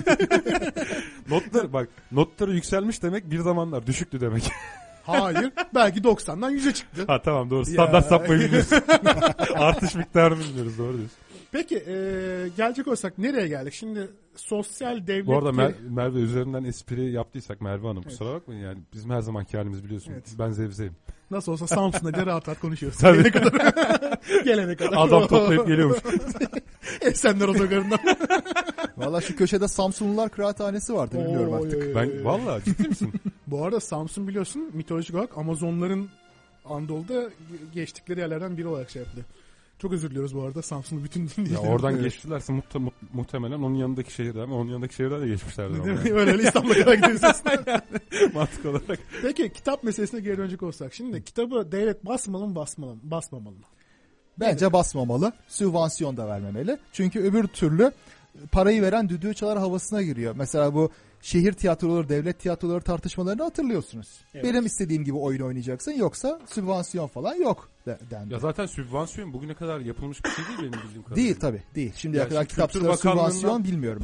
Notları yükselmiş demek bir zamanlar düşüktü demek. Hayır. Belki 90'dan 100'e çıktı. Ha tamam doğru. Standart sapmayı bilmiyoruz. Artış miktarını bilmiyoruz, doğru diyorsun. Peki gelecek olsak nereye geldik? Şimdi sosyal devlet... Bu arada Merve üzerinden espri yaptıysak Merve Hanım kusura bakmayın yani bizim her zamanki halimiz biliyorsun. Evet. Ben zevzeyim. Nasıl olsa Samsun'da bile rahat rahat konuşuyoruz. Tabii. Gelene kadar. Adam toplayıp geliyormuş. Esenler Otogarı'ndan. Valla şu köşede Samsunlular Kıraathanesi vardı bilmiyorum artık. Ben valla ciddi misin? Bu arada Samsun biliyorsun mitolojik olarak Amazonların Anadolu'da geçtikleri yerlerden biri olarak şey yapılıyor. Çok özür diliyoruz bu arada Samsun'un bütün Ya dinleyicilerine. oradan geçtilerse muhtemelen onun yanındaki şehirden ama onun yanındaki şehirden de geçmişlerdir. ama yani. Öyle İstanbul'a kadar gidiyoruz. Mantık olarak. Peki kitap meselesine geri dönecek olsak. Şimdi kitabı devlet basmalı mı basmamalı mı? Bence basmamalı. Sübvansiyon da vermemeli. Çünkü öbür türlü parayı veren düdüğü çalar havasına giriyor. Mesela bu şehir tiyatroları, devlet tiyatroları tartışmalarını hatırlıyorsunuz. Evet. Benim istediğim gibi oyun oynayacaksın yoksa sübvansiyon falan yok dendi. Ya zaten sübvansiyon bugüne kadar yapılmış bir şey değil benim bildiğim kadarıyla. Değil tabii değil. Şimdiye Yani kadar şimdi kitapçılara Kültür Bakanlığı'ndan sübvansiyon bilmiyorum.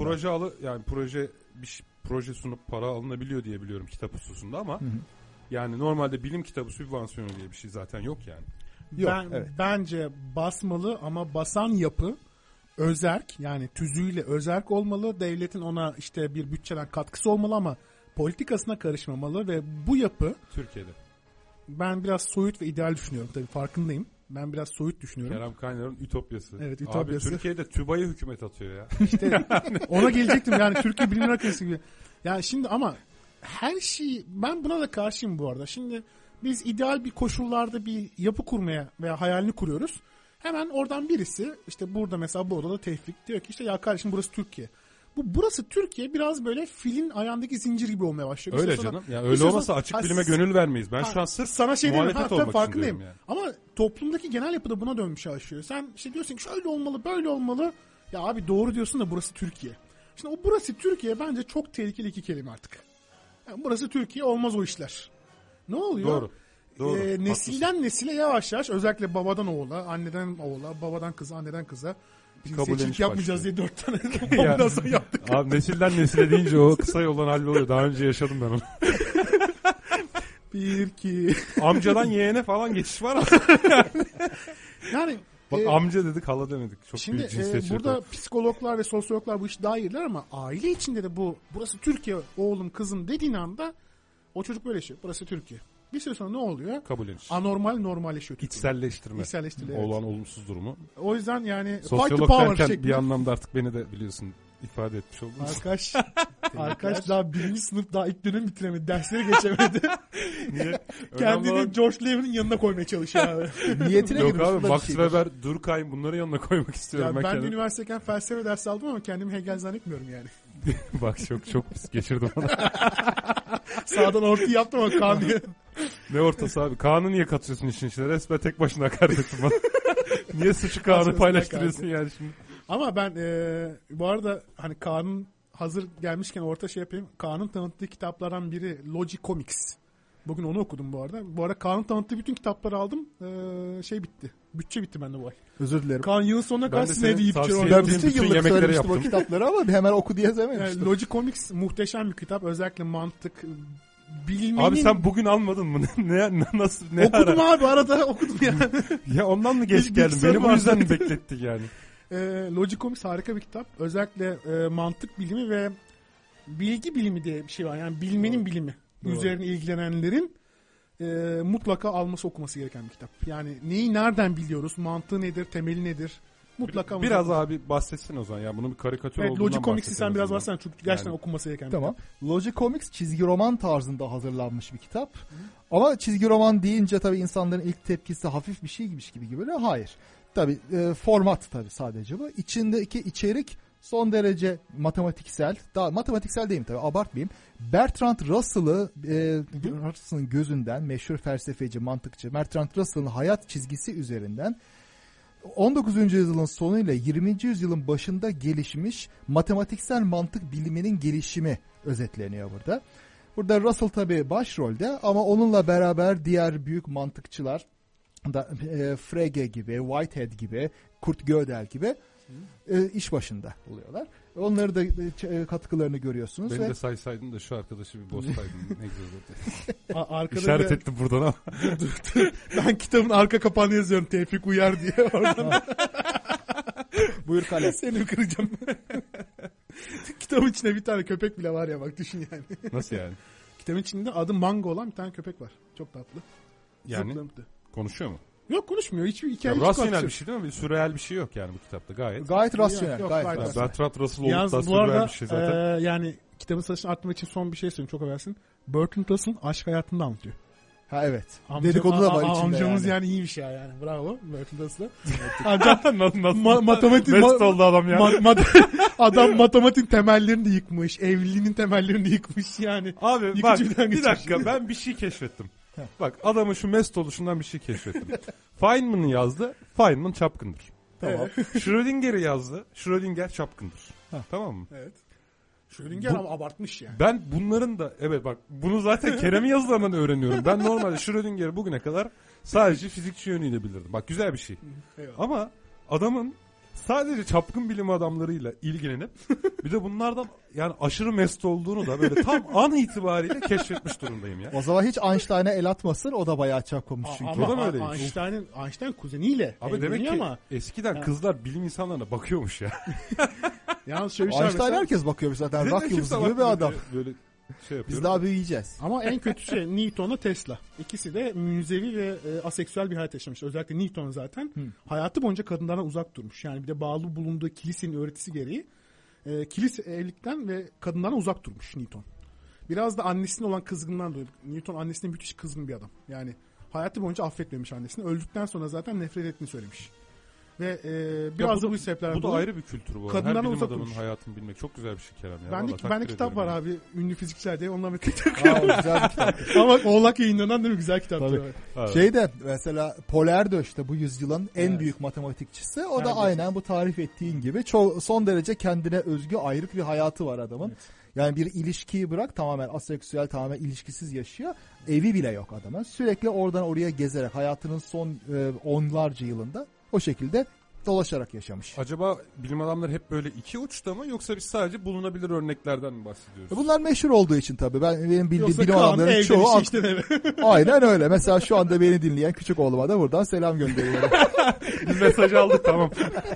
Proje sunup para alınabiliyor diye biliyorum kitap hususunda ama Hı hı. yani normalde bilim kitabı sübvansiyonu diye bir şey zaten yok yani. Yok, evet. Bence basmalı ama basan yapı özerk, yani tüzüğüyle özerk olmalı. Devletin ona işte bir bütçeden katkısı olmalı ama politikasına karışmamalı ve bu yapı, Türkiye'de. ben biraz soyut ve ideal düşünüyorum tabii, farkındayım. Ben biraz soyut düşünüyorum. Kerem Kaynar'ın Ütopyası. Evet, Ütopyası. Abi Türkiye'de TÜBA'yı hükümet atıyor ya. İşte ona gelecektim yani, Türkiye Bilimler Akademisi gibi. Yani şimdi ama her şey, ben buna da karşıyım bu arada. Şimdi biz ideal bir koşullarda bir yapı kurmaya veya hayalini kuruyoruz. Hemen oradan birisi, işte burada mesela bu odada Tevfik diyor ki işte ya kardeşim burası Türkiye. Burası Türkiye biraz böyle filin ayağındaki zincir gibi olmaya başlıyor. Öyle Bir süre sonra- canım. Ya bir öyle süre olmasa sonra- açık bilime gönül vermeyiz. Ben şu an sırf sana şey demiyorum. muhalefet Tabii olmak için farkındayım. diyorum Ama toplumdaki genel yapıda buna dönmüş başlıyor. Sen işte diyorsun ki şöyle olmalı, böyle olmalı. Ya abi doğru diyorsun da burası Türkiye. Şimdi o burası Türkiye bence çok tehlikeli iki kelime artık. Yani burası Türkiye, olmaz o işler. Ne oluyor? Doğru. Doğru. Nesilden nesile yavaş yavaş, özellikle babadan oğula, anneden oğula, babadan kıza, anneden kıza cinsiyetçilik Kabulleniş yapmayacağız diye 4 tane Ya. ondan sonra yaptık. Abi nesilden nesile deyince o kısa yoldan halloluyor. Daha önce yaşadım ben onu. 1, 2. Amcadan yeğene falan geçiş var aslında. Yani Bak amca dedik, hala demedik. Çok şimdi büyük cinsiyetçilik. burada psikologlar ve sosyologlar bu işi daha iyiler ama aile içinde de burası Türkiye oğlum kızım dediğin anda o çocuk böyle yaşıyor. Burası Türkiye. Bir süre sonra ne oluyor? Kabulleniş. Anormal normalleşiyor. Türkiye. İçselleştirme. İçselleştirme, evet. Olan olumsuz durumu. O yüzden yani fight the Sosyolog power derken şeklinde. bir anlamda artık beni de biliyorsun ifade etmiş oldun. Arkadaş daha birinci sınıf, daha ilk dönem bitiremedi. Dersleri geçemedi. Niye? Kendini George Levin'in yanına koymaya çalışıyor abi. Niyetine Yok girmiş. abi, bu da bir Max şeydir. Weber, Durkheim bunları yanına koymak istiyorum. Ya ben de kendime. üniversiteyken felsefe dersi aldım ama kendimi Hegel zannetmiyorum yani. Bak çok pis geçirdim onu. Sağdan ortayı yaptım ama kan diye. Ne ortası abi? Kaan'ı niye katıyorsun işin içine? Resmen tek başına hakaret ettin bana. Niye suçu Kaan'ı Başkasına paylaştırıyorsun yani şimdi? Ama ben bu arada hani Kaan'ın hazır gelmişken orta şey yapayım. Kaan'ın tanıttığı kitaplardan biri Logic Comics. Bugün onu okudum bu arada. Bu arada Kaan'ın tanıttığı bütün kitapları aldım. Şey bitti. Bütçe bitti bende bu ay. Özür dilerim. Kaan yılın sonuna kadar Ben de sizin evde senin yiyip tavsiye içiyorum. Ben ettiğin bütün bütün yıllık yemekleri söylemiştim o yaptım. kitapları ama hemen oku diye dememiştim. Logic Comics muhteşem bir kitap. Özellikle mantık, bilmenin... Abi sen bugün almadın mı? Nasıl? Ne okudum ara? abi, arada okudum yani. Ya ondan mı geç Bir geldin? bilgisayarım Beni bu yüzden vardı. mi beklettik yani? Logic Comics harika bir kitap. Özellikle mantık bilimi ve bilgi bilimi diye bir şey var. Yani bilmenin bilimi. Doğru. Üzerine ilgilenenlerin mutlaka alması, okuması gereken bir kitap. Yani neyi nereden biliyoruz? Mantığı nedir? Temeli nedir? Mutlaka Biraz abi bahsetsin o zaman ya. Bunun bir karikatür Evet, olduğundan Logic Comics'i bahsetsen sen biraz o zaman. bahsetsene. Çünkü gerçekten Yani. okunması gereken bir Tamam. kitap. Logic Comics çizgi roman tarzında hazırlanmış bir kitap. Ama çizgi roman deyince tabii insanların ilk tepkisi hafif bir şeymiş gibi böyle. Hayır. Tabii format tabii sadece bu. İçindeki içerik son derece matematiksel. Daha matematiksel değilim tabii, abartmayayım. Bertrand Russell'ın gözünden, meşhur felsefeci, mantıkçı Bertrand Russell'ın hayat çizgisi üzerinden 19. yüzyılın sonuyla 20. yüzyılın başında gelişmiş matematiksel mantık biliminin gelişimi özetleniyor burada. Burada Russell tabii başrolde ama onunla beraber diğer büyük mantıkçılar da Frege gibi, Whitehead gibi, Kurt Gödel gibi iş başında oluyorlar. Onları da katkılarını görüyorsunuz. Beni de saysaydın da şu arkadaşı bir bozsaydın ne güzel olurdu. Arkada İşaret bir- ettim buradan ama. Ben kitabın arka kapağını yazıyorum. Tevfik Uyar diye. Oradan Buyur kalem. seni kıracağım. Kitabın içinde bir tane köpek bile var ya, bak düşün yani. Nasıl yani? Kitabın içinde adı Mango olan bir tane köpek var. Çok tatlı. Yani Zıplıntı. konuşuyor mu? Yok, konuşmuyor. Hiçbir Ya hikaye rasyonel bir şey değil mi? Bir sürreal bir şey yok yani bu kitapta gayet. Gayet rasyonel. Yok, gayet gayet rasyonel. Bertrand Russell olup Yalnız da bu sürreal arada bir şey zaten. yani kitabın satışını arttırmak için son bir şey söyleyeyim. Çok habersin. Bertrand Russell'ın aşk hayatını da anlatıyor. Ha evet. Dedikodu da var içinde amcamız yani. yani iyiymiş ya yani. Bravo. Mert'in Nasıl matematik Mesut oldu adam ya. adam matematik temellerini de yıkmış. Evliliğinin temellerini de yıkmış yani. Abi Yıkıcı bak birden bir geçmiş. dakika ben bir şey keşfettim. Bak adamın şu Mesut oluşundan bir şey keşfettim. Feynman'ı yazdı. Feynman çapkındır. Tamam. Schrödinger'i yazdı. Schrödinger çapkındır. Tamam mı? Evet. Schrödinger ama abartmış yani. Ben bunların da evet bak bunu zaten Kerem'in yazılarından öğreniyorum. Ben normalde Schrödinger'i bugüne kadar sadece fizikçi yönüyle bilirdim. Bak güzel bir şey. Eyvallah. Ama adamın sadece çapkın bilim adamlarıyla ilgilenip bir de bunlardan yani aşırı mest olduğunu da böyle tam an itibariyle keşfetmiş durumdayım ya. O zaman hiç Einstein'a el atmasın, o da bayağı çapkınmış çünkü. Ama O da mı öyleymiş? Einstein kuzeniyle Abi demek ki ama eskiden kızlar bilim insanlarına bakıyormuş ya. yalnız şöyle bir şey Einstein mesela, herkes bakıyormuş zaten. Neden Rock kimse yıldızı gibi bir bakmıyor adam. diye Böyle şey yapıyorum. Biz daha büyüyeceğiz. ama en kötüsü Newton'la Tesla. İkisi de münzevi ve aseksüel bir hayat yaşamış. Özellikle Newton zaten hayatı boyunca kadınlardan uzak durmuş. Yani bir de bağlı bulunduğu kilisenin öğretisi gereği kilise evlilikten ve kadınlardan uzak durmuş Newton. Biraz da annesine olan kızgınlığından dolayı. Newton annesine müthiş kızgın bir adam. Yani hayatı boyunca affetmemiş annesini. Öldükten sonra zaten nefret ettiğini söylemiş. Ve biraz da bu sebeplerden Bu da dolayı ayrı bir kültür bu arada. kadınlardan Her bilim uzak adamının durmuş. hayatını bilmek çok güzel bir şey Kerem ya. Bende Vallahi kitap takdir var ederim abi. Ünlü fizikçiler diye onunla birlikte Aa, güzel bir kitap. Ama Oğlak Yayınları'ndan değil mi? Güzel kitaptır. Tabii. Evet. yani. Evet. Şeyde mesela Polerdo işte bu yüzyılın en Evet. büyük matematikçisi. O da Neredeyse. aynen bu tarif ettiğin gibi son derece kendine özgü ayrık bir hayatı var adamın. Evet. Yani bir ilişkiyi bırak, tamamen aseksüel, tamamen ilişkisiz yaşıyor. Evi bile yok adamın. Sürekli oradan oraya gezerek hayatının son onlarca yılında o şekilde dolaşarak yaşamış. Acaba bilim adamları hep böyle iki uçta mı yoksa biz sadece bulunabilir örneklerden mi bahsediyoruz? Bunlar meşhur olduğu için tabii. Benim bildiğim Yoksa bilim Kaan adamlarının evde çoğu bir şey işte eve. aynen öyle. Mesela şu anda beni dinleyen küçük oğluma da buradan selam gönderiyorum. Biz mesajı aldık tamam.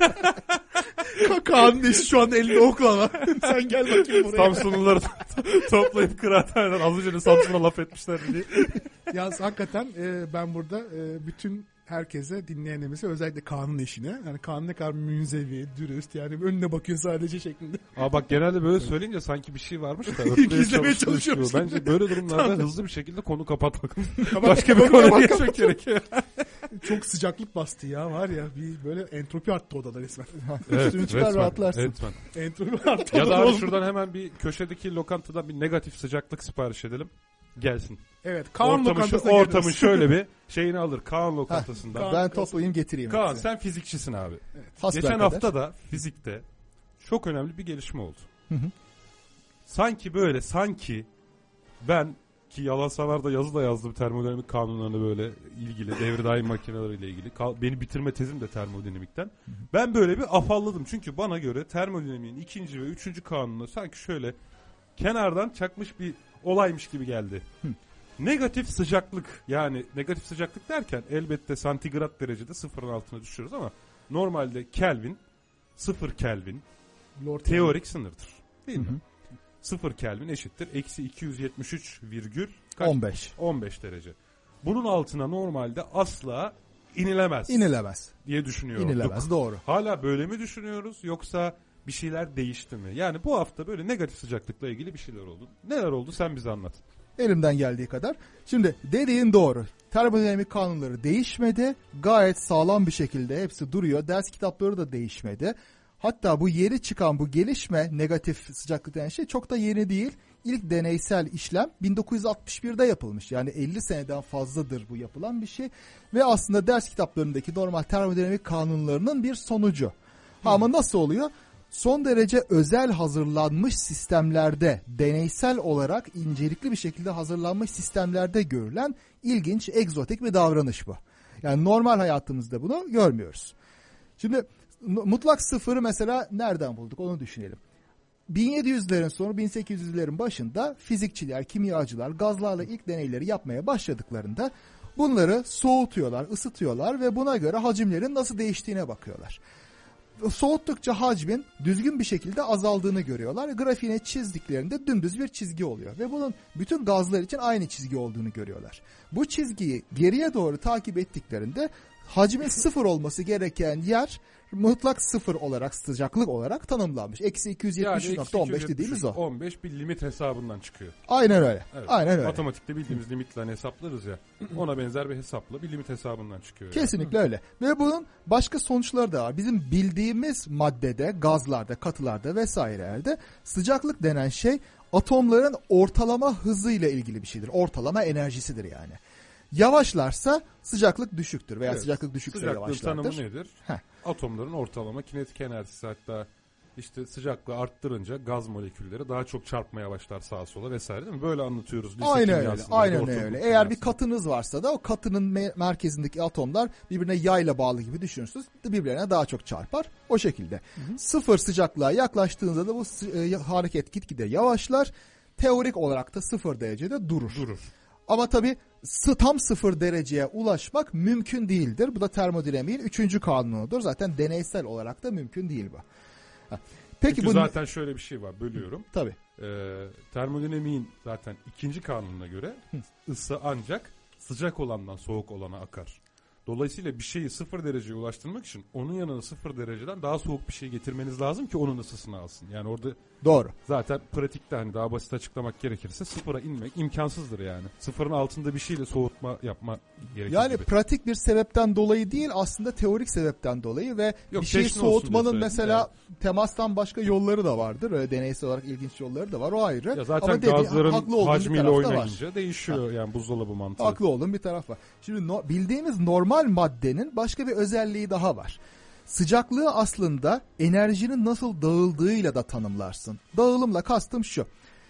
Kaan'ın eşi şu anda elinde okla var. Sen gel bakayım buraya. Samsunluları toplayıp kıraathaneden az önce de Samsun'a laf etmişler diye. Yalnız hakikaten ben burada bütün herkese, dinleyenlerimize, özellikle Kaan'ın eşine, yani Kaan ne kadar münzevi, dürüst, yani önüne bakıyor sadece şeklinde. Aa bak genelde böyle söyleyince sanki bir şey varmış da Gizlemeye çalışıyormuş. Bence böyle durumlarda Tamam. hızlı bir şekilde konu kapatmak. Başka Başka bir konuya geçmek gerekiyor. Çok sıcaklık bastı ya, var ya, bir böyle entropi arttı odada resmen. Üstünü çıkar, rahatlarsın. Resmen. Entropi arttı Ya da odada. abi şuradan hemen bir köşedeki lokantadan bir negatif sıcaklık sipariş edelim. Gelsin. Evet, Kaan lokantasına ortamın geliyoruz. şöyle bir şeyini alır Kaan lokantasından. Kaan- Ben toplayayım getireyim. Kaan hepsini. sen fizikçisin abi. Hasbelkader. Geçen hafta da fizikte çok önemli bir gelişme oldu. Sanki ben ki yalan savar da yazı da yazdım termodinamik kanunlarına böyle ilgili devre daim makineleriyle ilgili. Beni bitirme tezim de termodinamikten. Ben böyle bir afalladım. Çünkü bana göre termodinamiğin 2. ve 3. kanunu sanki şöyle kenardan çakmış bir olaymış gibi geldi. Negatif sıcaklık, yani negatif sıcaklık derken elbette santigrat derecede sıfırın altına düşüyoruz ama normalde Kelvin 0 Kelvin Lord teorik sınırdır. Değil mi? 0 Kelvin eşittir eksi 273,15 15 derece. Bunun altına normalde asla inilemez İnilemez. diye düşünüyorum. İnilemez, doğru. Hala böyle mi düşünüyoruz yoksa bir şeyler değişti mi? Yani bu hafta böyle negatif sıcaklıkla ilgili bir şeyler oldu. Neler oldu sen bize anlat. Elimden geldiği kadar. Şimdi dediğin doğru. Termodinamik kanunları değişmedi. Gayet sağlam bir şekilde hepsi duruyor. Ders kitapları da değişmedi. Hatta bu yeni çıkan bu gelişme, negatif sıcaklık denen şey çok da yeni değil. İlk deneysel işlem 1961'de yapılmış. Yani 50 seneden fazladır bu yapılan bir şey. Ve aslında ders kitaplarındaki normal termodinamik kanunlarının bir sonucu. Ama nasıl oluyor? Son derece özel hazırlanmış sistemlerde, deneysel olarak incelikli bir şekilde hazırlanmış sistemlerde görülen ilginç, egzotik bir davranış bu. Yani normal hayatımızda bunu görmüyoruz. Şimdi mutlak sıfırı mesela nereden bulduk onu düşünelim. 1700'lerin sonu 1800'lerin başında fizikçiler, kimyacılar gazlarla ilk deneyleri yapmaya başladıklarında bunları soğutuyorlar, ısıtıyorlar ve buna göre hacimlerin nasıl değiştiğine bakıyorlar. Soğuttukça hacmin düzgün bir şekilde azaldığını görüyorlar. Grafiğine çizdiklerinde dümdüz bir çizgi oluyor. Ve bunun bütün gazlar için aynı çizgi olduğunu görüyorlar. Bu çizgiyi geriye doğru takip ettiklerinde hacmin 0 olması gereken yer mutlak 0 olarak, sıcaklık olarak tanımlanmış. Eksi 273.15 dediğimiz o. 15 bir limit hesabından çıkıyor. Aynen öyle. Evet. Aynen öyle. Matematikte bildiğimiz limitle hesaplarız ya. Ona benzer bir hesapla bir limit hesabından çıkıyor. Kesinlikle öyle. Ve bunun başka sonuçları da var. Bizim bildiğimiz maddede, gazlarda, katılarda vesairelerde sıcaklık denen şey atomların ortalama hızıyla ilgili bir şeydir. Ortalama enerjisidir yani. Yavaşlarsa sıcaklık düşüktür veya sıcaklık düşükse yavaşlardır. Sıcaklığın tanımı nedir? Heh. Atomların ortalama kinetik enerjisi, hatta işte sıcaklığı arttırınca gaz molekülleri daha çok çarpmaya başlar sağa sola vesaire, değil mi? Böyle anlatıyoruz lise Aynen öyle. kimyasında, Aynen ortaokul öyle. Eğer kimyasında. bir katınız varsa da o katının merkezindeki atomlar birbirine yayla bağlı gibi düşünürsünüz. Birbirlerine daha çok çarpar. O şekilde. Sıfır sıcaklığa yaklaştığınızda da bu hareket gitgide yavaşlar. Teorik olarak da 0 derecede durur. Ama tabii tam 0 dereceye ulaşmak mümkün değildir. Bu da termodinamiğin 3. kanunudur. Zaten deneysel olarak da mümkün değil bu. Peki Çünkü zaten şöyle bir şey var, bölüyorum. Tabii. Termodinamiğin zaten 2. kanununa göre ısı ancak sıcak olandan soğuk olana akar. Dolayısıyla bir şeyi 0 dereceye ulaştırmak için onun yanına 0 dereceden daha soğuk bir şey getirmeniz lazım ki onun ısısını alsın. Yani orada doğru. Zaten pratikte hani daha basit açıklamak gerekirse 0'a inmek imkansızdır yani. 0'ın altında bir şeyle soğutma yapma gerekir yani gibi. pratik bir sebepten dolayı değil, aslında teorik sebepten dolayı ve Yok, bir şeyi teşne olsun soğutmanın diye mesela temastan başka yolları da vardır. Öyle deneysel olarak ilginç yolları da var. O ayrı. Ya zaten ama gazların hacmiyle oynayınca var. değişiyor yani buzdolabı mantığı. Haklı olduğum bir taraf var. Şimdi bildiğimiz normal maddenin başka bir özelliği daha var. Sıcaklığı aslında enerjinin nasıl dağıldığıyla da tanımlarsın. Dağılımla kastım şu.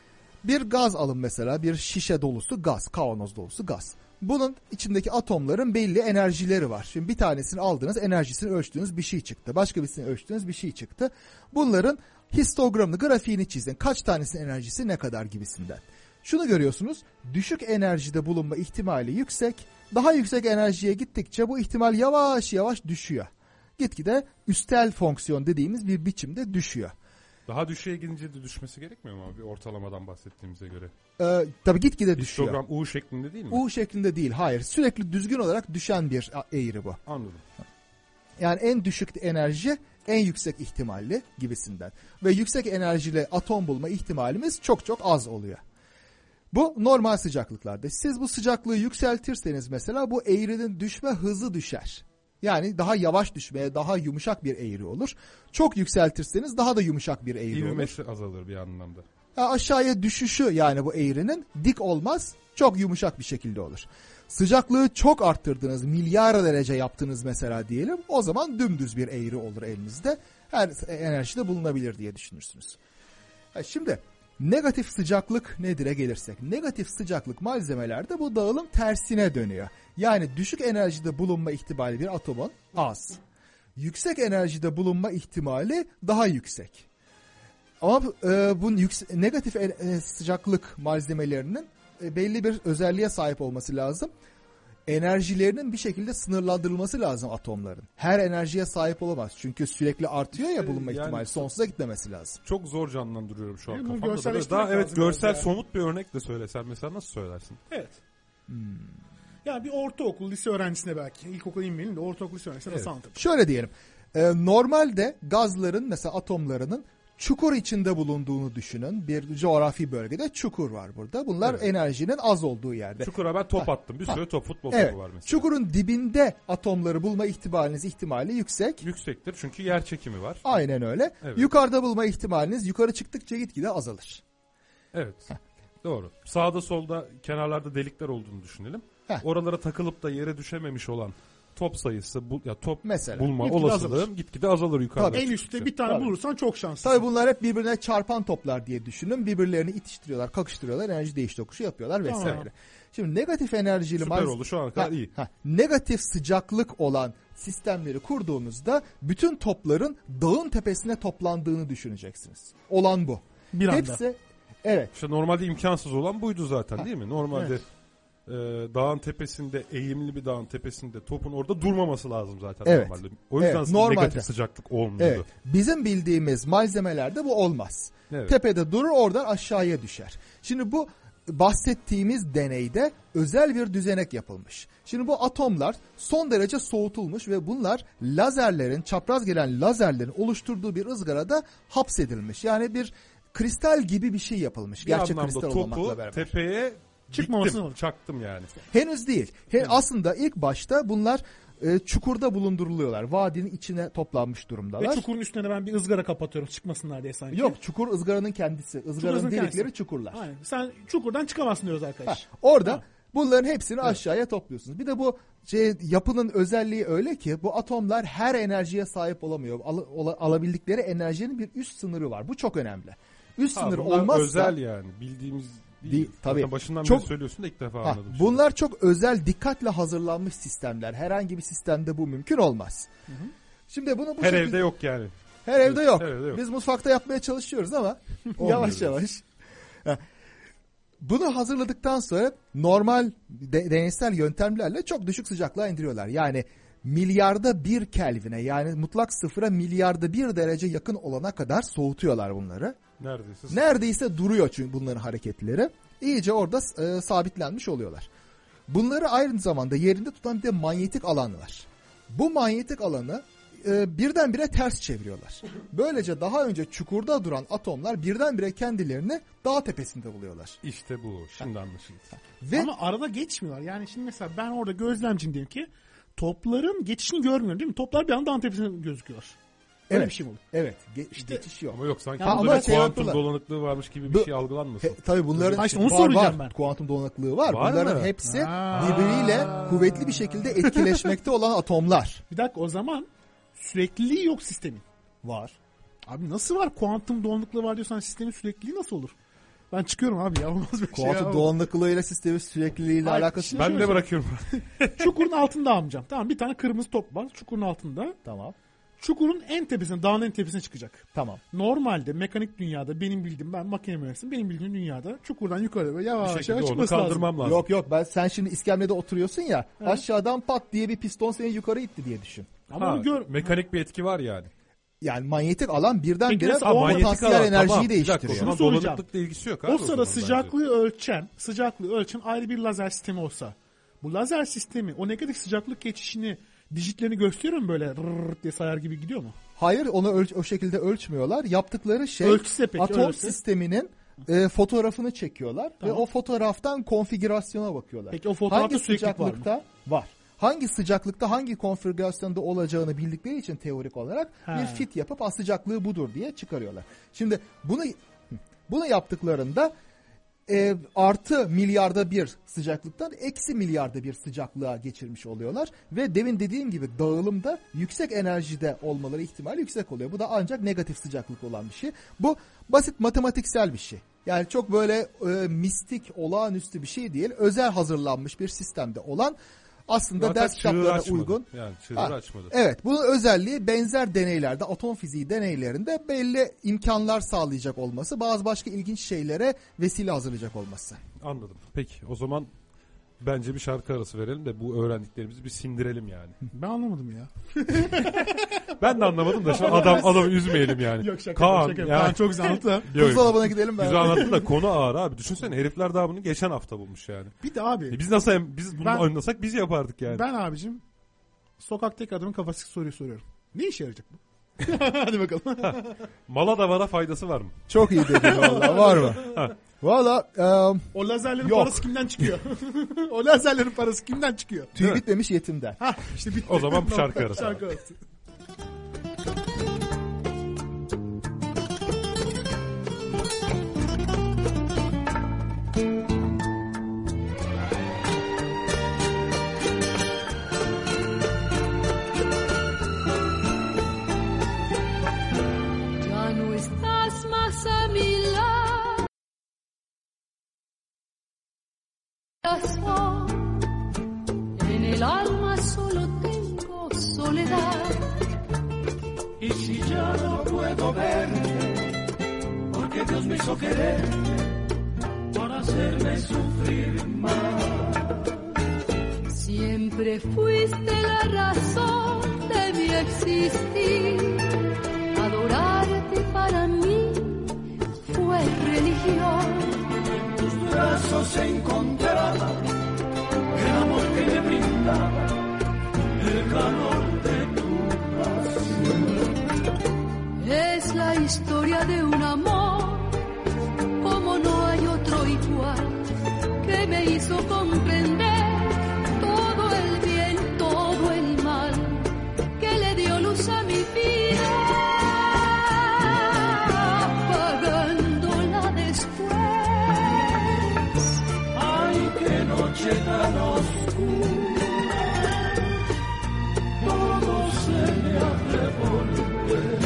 Bir gaz alın mesela, bir şişe dolusu gaz, kavanoz dolusu gaz. Bunun içindeki atomların belli enerjileri var. Şimdi bir tanesini aldınız, enerjisini ölçtüğünüz bir şey çıktı. Başka birisini ölçtüğünüz bir şey çıktı. Bunların histogramını, grafiğini çizin. Kaç tanesinin enerjisi ne kadar gibisinden. Şunu görüyorsunuz, düşük enerjide bulunma ihtimali yüksek. Daha yüksek enerjiye gittikçe bu ihtimal yavaş yavaş düşüyor. Gitgide üstel fonksiyon dediğimiz bir biçimde düşüyor. Daha düşüğe gidince de düşmesi gerekmiyor mu abi, ortalamadan bahsettiğimize göre? Tabii gitgide düşüyor. Histogram U şeklinde değil mi? U şeklinde değil, hayır. Sürekli düzgün olarak düşen bir eğri bu. Anladım. Yani en düşük enerji en yüksek ihtimalli gibisinden. Ve yüksek enerjili atom bulma ihtimalimiz çok çok az oluyor. Bu normal sıcaklıklarda. Siz bu sıcaklığı yükseltirseniz mesela bu eğrinin düşme hızı düşer. Yani daha yavaş düşmeye, daha yumuşak bir eğri olur. Çok yükseltirseniz daha da yumuşak bir eğri olur. İvmesi azalır bir anlamda. Aşağıya düşüşü yani bu eğrinin dik olmaz, çok yumuşak bir şekilde olur. Sıcaklığı çok arttırdınız, milyar derece yaptınız mesela diyelim. O zaman dümdüz bir eğri olur elinizde. Her enerjide bulunabilir diye düşünürsünüz. Şimdi negatif sıcaklık nedir'e gelirsek. Negatif sıcaklık malzemelerde bu dağılım tersine dönüyor. Yani düşük enerjide bulunma ihtimali bir atomun az. Yüksek enerjide bulunma ihtimali daha yüksek. Ama bu negatif sıcaklık malzemelerinin belli bir özelliğe sahip olması lazım. Enerjilerinin bir şekilde sınırlandırılması lazım atomların. Her enerjiye sahip olamaz. Çünkü sürekli artıyor ya bulunma yani ihtimali. Sonsuza gitmemesi lazım. Çok zor canlandırıyorum şu an Yani bunu kafamda. görselleştirmek Daha evet, lazım görsel biraz yani. somut bir örnek de söylesen mesela nasıl söylersin? Evet. Yani bir ortaokul, lise öğrencisine belki. İlkokul inmeyelim de ortaokul, lise öğrencisine nasıl anlatırım? Şöyle diyelim. Normalde gazların mesela atomlarının çukur içinde bulunduğunu düşünün. Bir coğrafi bölgede çukur var burada. Bunlar enerjinin az olduğu yerde. Çukura ben top attım. Bir sürü futbol Evet. topu var mesela. Çukurun dibinde atomları bulma ihtimali yüksek. Yüksektir çünkü yer çekimi var. Aynen öyle. Evet. Yukarıda bulma ihtimaliniz yukarı çıktıkça gitgide azalır. Evet. Doğru. Sağda solda kenarlarda delikler olduğunu düşünelim. Oralara takılıp da yere düşememiş olan top sayısı, top mesela bulma gitgide olasılığım gitgide azalır yukarıda. Tabii. En üstte bir tane bulursan çok şanslısın. Tabii bunlar hep birbirine çarpan toplar diye düşünün. Birbirlerini itiştiriyorlar, kakıştırıyorlar, enerji değiş tokuşu yapıyorlar vesaire. Tamam. Şimdi negatif enerjili Süper oldu, şu ana kadar iyi. Negatif sıcaklık olan sistemleri kurduğunuzda bütün topların dağın tepesine toplandığını düşüneceksiniz. Olan bu. Bir anda. Hepsi evet. İşte normalde imkansız olan buydu zaten değil mi? Normalde dağın tepesinde, eğimli bir dağın tepesinde topun orada durmaması lazım zaten Evet. normalde. O yüzden Normalde. negatif sıcaklık olmuyordu. Evet. Bizim bildiğimiz malzemelerde bu olmaz. Evet. Tepede durur, oradan aşağıya düşer. Şimdi bu bahsettiğimiz deneyde özel bir düzenek yapılmış. Şimdi bu atomlar son derece soğutulmuş ve bunlar lazerlerin, çapraz gelen lazerlerin oluşturduğu bir ızgarada hapsedilmiş. Yani bir kristal gibi bir şey yapılmış. Bir Gerçek anlamda kristal olmamakla topu beraber. tepeye Çıkmamasını olur. çaktım yani. Henüz değil. Aslında ilk başta bunlar çukurda bulunduruluyorlar. Vadinin içine toplanmış durumdalar. Ve çukurun üstüne de ben bir ızgara kapatıyorum çıkmasınlar diye sanki. Yok, çukur ızgaranın kendisi. Izgaranın delikleri kendisi. çukurlar. Aynen. Sen çukurdan çıkamazsın diyoruz arkadaş. Orada bunların hepsini aşağıya topluyorsunuz. Bir de bu yapının özelliği öyle ki bu atomlar her enerjiye sahip olamıyor. Alabildikleri enerjinin bir üst sınırı var. Bu çok önemli. Üst sınır olmazsa özel yani bildiğimiz değil. Tabii. Başından Çok- beri söylüyorsun da ilk defa anladım. bunlar çok özel, dikkatle hazırlanmış sistemler. Herhangi bir sistemde bu mümkün olmaz. Şimdi bunu bu Her şekilde evde yok yani. her evde yok. Her evde yok. Biz mutfakta yapmaya çalışıyoruz ama yavaş yavaş. Bunu hazırladıktan sonra normal deneysel yöntemlerle çok düşük sıcaklığa indiriyorlar. Yani milyarda bir Kelvin'e, yani mutlak sıfıra milyarda bir derece yakın olana kadar soğutuyorlar bunları. Neredeyse duruyor çünkü bunların hareketleri. İyice orada sabitlenmiş oluyorlar. Bunları aynı zamanda yerinde tutan bir de manyetik alan var. Bu manyetik alanı birdenbire ters çeviriyorlar. Böylece daha önce çukurda duran atomlar birdenbire kendilerini dağ tepesinde buluyorlar. İşte bu. Şimdi anlaşıldı. Ve Ama arada geçmiyorlar. Yani şimdi mesela ben orada gözlemciyim diyelim ki topların geçişini görmüyorum değil mi? Toplar bir anda dağın tepesinde gözüküyor. Öyle bir şey mi olur? Evet. Geçiş yok. Ama yok sanki Ya burada ama bir şey kuantum yaptılar. dolanıklığı varmış gibi bir şey algılanmasın. Tabii bunların Ha işte onu var, soracağım var. ben. Kuantum dolanıklığı var. Var Bunların mı? hepsi birbiriyle kuvvetli bir şekilde etkileşmekte olan atomlar. Bir dakika, o zaman sürekliliği yok sistemin. Var. Abi nasıl var? Kuantum dolanıklığı var diyorsan sistemin sürekliliği nasıl olur? Ben çıkıyorum abi ya. Olmaz böyle şey Kuantum ya. dolanıklığıyla sistemin sürekliliğiyle Hayır, alakası şimdi yok. Ben de bırakıyorum. Çukurun altında amcam. Tamam, bir tane kırmızı top var çukurun altında. Tamam. Çukurun en tepesine, dağın en tepesine çıkacak. Tamam. Normalde mekanik dünyada benim bildiğim, ben makine mühendisiyim, benim bildiğim dünyada çukurdan yukarı böyle Bir yavaş şekilde yavaş onu çıkması lazım. kaldırmam lazım. Yok sen şimdi iskemlede oturuyorsun ya, aşağıdan pat diye bir piston seni yukarı itti diye düşün. Ama onu gör. Mekanik bir etki var yani. Yani manyetik alan birdenbire Peki mesela o manyetik potansiyel alan, enerjiyi tamam. Bir dakika, değiştiriyor. o zaman Şunu soracağım. dolanıklıkla ilgisi yok abi. O sırada zaman sıcaklığı ölçen ayrı bir lazer sistemi olsa, bu lazer sistemi o negatif sıcaklık geçişini, dijitlerini gösteriyor mu, böyle rrrr diye sayar gibi gidiyor mu? Hayır, onu o şekilde ölçmüyorlar. Yaptıkları şey Ölçüse peki, atom öyleyse. sisteminin fotoğrafını çekiyorlar ve o fotoğraftan konfigürasyona bakıyorlar. Peki o fotoğrafta hangi süreklilik var mı? sıcaklıkta var? Hangi sıcaklıkta hangi konfigürasyonda olacağını bildikleri için teorik olarak bir fit yapıp sıcaklığı budur diye çıkarıyorlar. Şimdi bunu yaptıklarında artı milyarda bir sıcaklıktan eksi milyarda bir sıcaklığa geçirmiş oluyorlar. Ve demin dediğim gibi dağılımda yüksek enerjide olmaları ihtimali yüksek oluyor. Bu da ancak negatif sıcaklık olan bir şey. Bu basit matematiksel bir şey. Yani çok böyle mistik, olağanüstü bir şey değil. Özel hazırlanmış bir sistemde olan, aslında Zaten ders kitaplarına açmadı. uygun. Yani çığırı açmadı. Evet, bunun özelliği benzer deneylerde, atom fiziği deneylerinde belli imkanlar sağlayacak olması, bazı başka ilginç şeylere vesile hazırlayacak olması. Anladım. Peki o zaman bence bir şarkı arası verelim de bu öğrendiklerimizi bir sindirelim yani. Ben anlamadım ya. Ben de anlamadım da şimdi adamı üzmeyelim yani. Yok şaka. Kaan, şaka. ya. Kaan çok güzel anlattı. Yok, Buzdolabına gidelim ben. güzel anlattın da konu ağır abi. Düşünsene herifler daha bunu geçen hafta bulmuş yani. Bir de abi Biz bunu Ben- oynasak biz yapardık yani. ben abicim sokaktaki adamın kafasındaki soruyu soruyorum. Ne işe yarayacak bu? Hadi bakalım. Mala da vara faydası var mı? Çok iyi dedin valla. Var mı? Valla O lazerlerin Yok. parası kimden çıkıyor? O lazerlerin parası kimden çıkıyor? tüy bitmemiş yetimden. Hah işte bitti. O zaman bu şarkı arası. Şarkı arası. Ya no estás más a mi lado. En el alma solo tengo soledad. Y si ya no puedo verte, porque Dios me hizo querer para hacerme sufrir más. Siempre fuiste la razón de mi existir. Adorarte para mí fue religión. Tus brazos solo se encontraba el amor que me brindaba el calor de tu pasión. Es la historia de un amor como no hay otro igual, que me hizo comprender todo el bien, todo el mal, que le dio luz a mi vida, apagándola después. Ay, qué noche tan oscura, todo se me hace volver.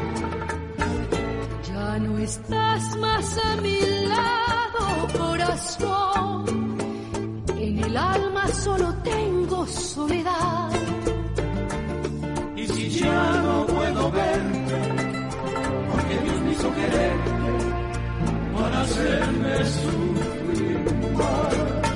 Ya no estás más a mi lado, corazón. En el alma solo tengo soledad. Y si ya no puedo verte, porque Dios me hizo quererte para hacerme sufrir más.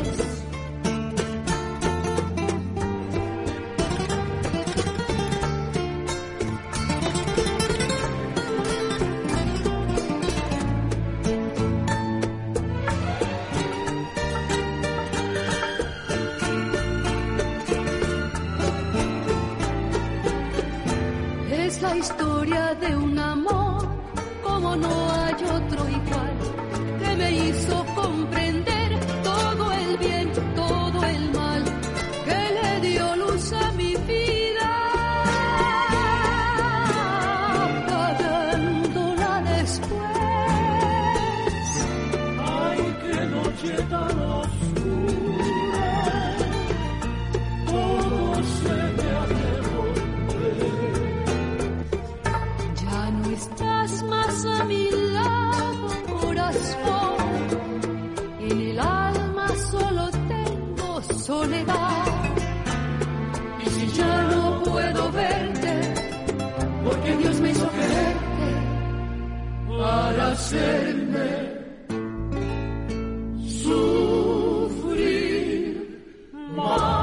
La historia de un amor como no hay otro igual, que me hizo comprender todo el bien, todo el mal, que le dio luz a mi vida, apagándola después. Ay, qué noche tan oscura, todo se me hace volver. Estás más a mi lado, corazón. En el alma solo tengo soledad. Y si ya no puedo verte, porque Dios me hizo quererte para hacerme sufrir más.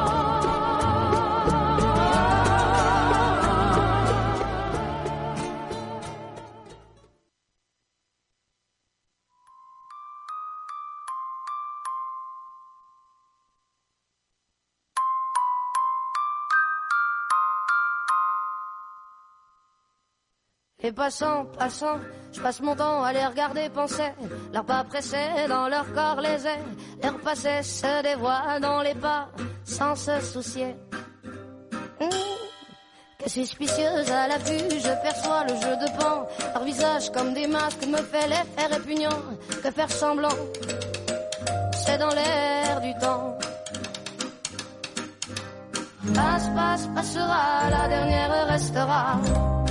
Les passants, passants, je passe mon temps à les regarder penser. Leurs pas pressés dans leur corps les airs. Leur passé se dévoile dans les pas sans se soucier. Que suspicieuse à la vue, je perçois le jeu de pan. Leur visage comme des masques me fait l'effet répugnant. Que faire semblant, c'est dans l'air du temps. Passe, passe, passera, la dernière restera.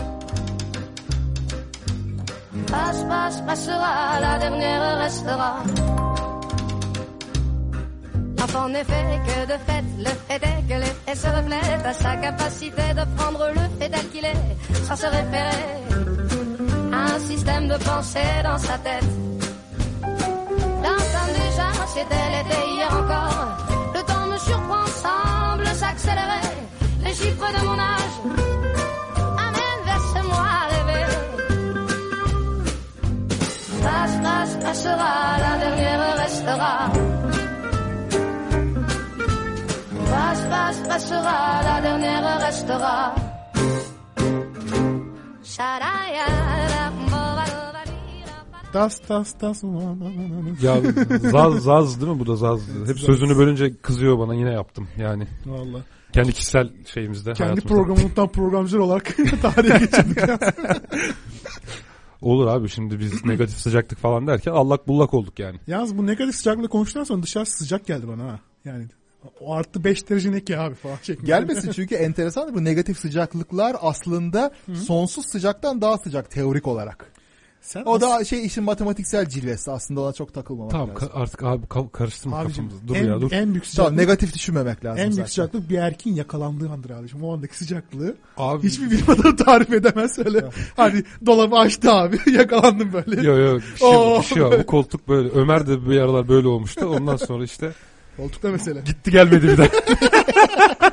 Passe, passe, passera, la dernière restera. L'enfant n'est fait que de fait, le fait est que l'effet se reflète à sa capacité de prendre le fait tel qu'il est, sans se référer à un système de pensée dans sa tête. L'entend déjà, c'était l'été hier encore, le temps me surprend, semble s'accélérer, les chiffres de mon âge amènent vers ce moi rêvé. Passe, passe, passera, la dernière restera. Passe, passe, passera, la dernière restera. Das. Ya zaz değil mi bu da zaz? Hep sözünü bölünce kızıyor bana, yine yaptım yani. Vallahi. Kendi kişisel şeyimizde. Kendi programımızdan programcılar olarak tarihe geçirdik. Olur abi, şimdi biz negatif sıcaklık falan derken allak bullak olduk yani. Yalnız bu negatif sıcaklığı konuştuktan sonra dışarısı sıcak geldi bana ha. Yani o artı 5 derece ne ki abi falan şeklinde. Gelmesin çünkü enteresan, bu negatif sıcaklıklar aslında sonsuz sıcaktan daha sıcak teorik olarak. O da işin matematiksel cilvesi, aslında ona çok takılmamak tamam, lazım. Artık abi karıştırma kafamızı. Dur dur. En büyük sıcaklık. Tamam, negatif düşünmemek lazım. En büyük zaten. sıcaklık bir erkeğin yakalandığı andır abiciğim. O andaki sıcaklığı Abi, hiçbir bilim adamı tarif edemez öyle. Hani dolabı açtı abi yakalandım böyle. Yok bir şey var. Bu koltuk böyle. Ömer de bir aralar böyle olmuştu. Ondan sonra işte koltukta mesela. Gitti gelmedi bir daha.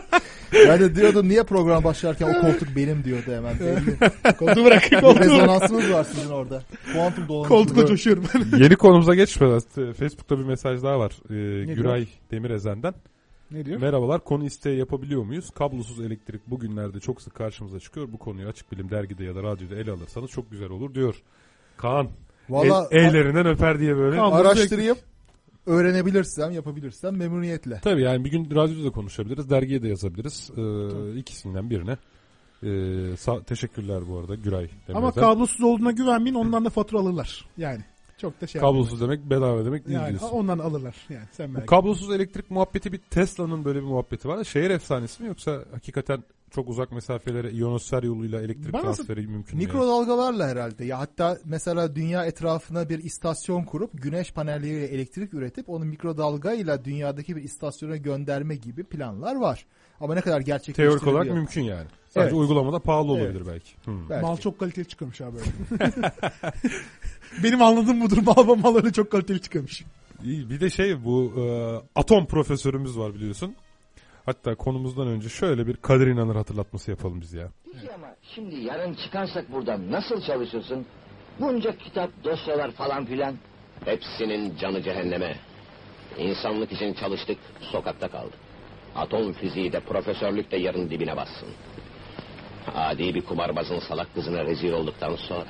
Ben de diyordum niye program başlarken o koltuk benim diyordu hemen. Koltuğu bırak. Koltuğu Rezonansınız var sizin orada. Kuantum dolanışı. Koltukla coşuyorum ben. Yeni konumuza geçmeden Facebook'ta bir mesaj daha var. Güray Demirezen'den. Ne diyor? Merhabalar, konu isteği yapabiliyor muyuz? Kablosuz elektrik bugünlerde çok sık karşımıza çıkıyor. Bu konuyu Açık Bilim dergide ya da radyoda ele alırsanız çok güzel olur diyor. Kaan Vallahi ellerinden öper diye böyle. araştırayım. Öğrenebilirsem, yapabilirsem memnuniyetle. Tabii yani bir gün radyoda da konuşabiliriz, dergiye de yazabiliriz. İkisinden birine. Teşekkürler bu arada Güray Demir'den. Ama kablosuz olduğuna güvenmeyin, ondan da fatura alırlar. Yani çok da şey kablosuz demek bedava demek değil yani, diyorsun. ondan alırlar. Yani sen merak Bu kablosuz elektrik muhabbeti, bir Tesla'nın böyle bir muhabbeti var. Şehir efsanesi mi yoksa hakikaten çok uzak mesafelere iyonosfer yoluyla elektrik transferi mümkün mü? Mikrodalgalarla herhalde. Ya hatta mesela dünya etrafına bir istasyon kurup güneş panelleriyle elektrik üretip onu mikrodalgayla dünyadaki bir istasyona gönderme gibi planlar var. Ama ne kadar gerçekleştiriliyor? Teorik olarak mümkün yani. Sadece uygulamada pahalı olabilir belki. Belki. Mal çok kaliteli çıkmış abi böyle. Benim anladığım budur. Malları çok kaliteli çıkmış. Bir de bu atom profesörümüz var biliyorsun. Hatta konumuzdan önce şöyle bir Kadir İnanır hatırlatması yapalım biz ya. Peki ama şimdi yarın çıkarsak buradan nasıl çalışırsın? Bunca kitap, dosyalar falan filan. Hepsinin canı cehenneme. İnsanlık için çalıştık, sokakta kaldık. Atom fiziği de profesörlük de yarın dibine bassın. Adi bir kumarbazın salak kızına rezil olduktan sonra.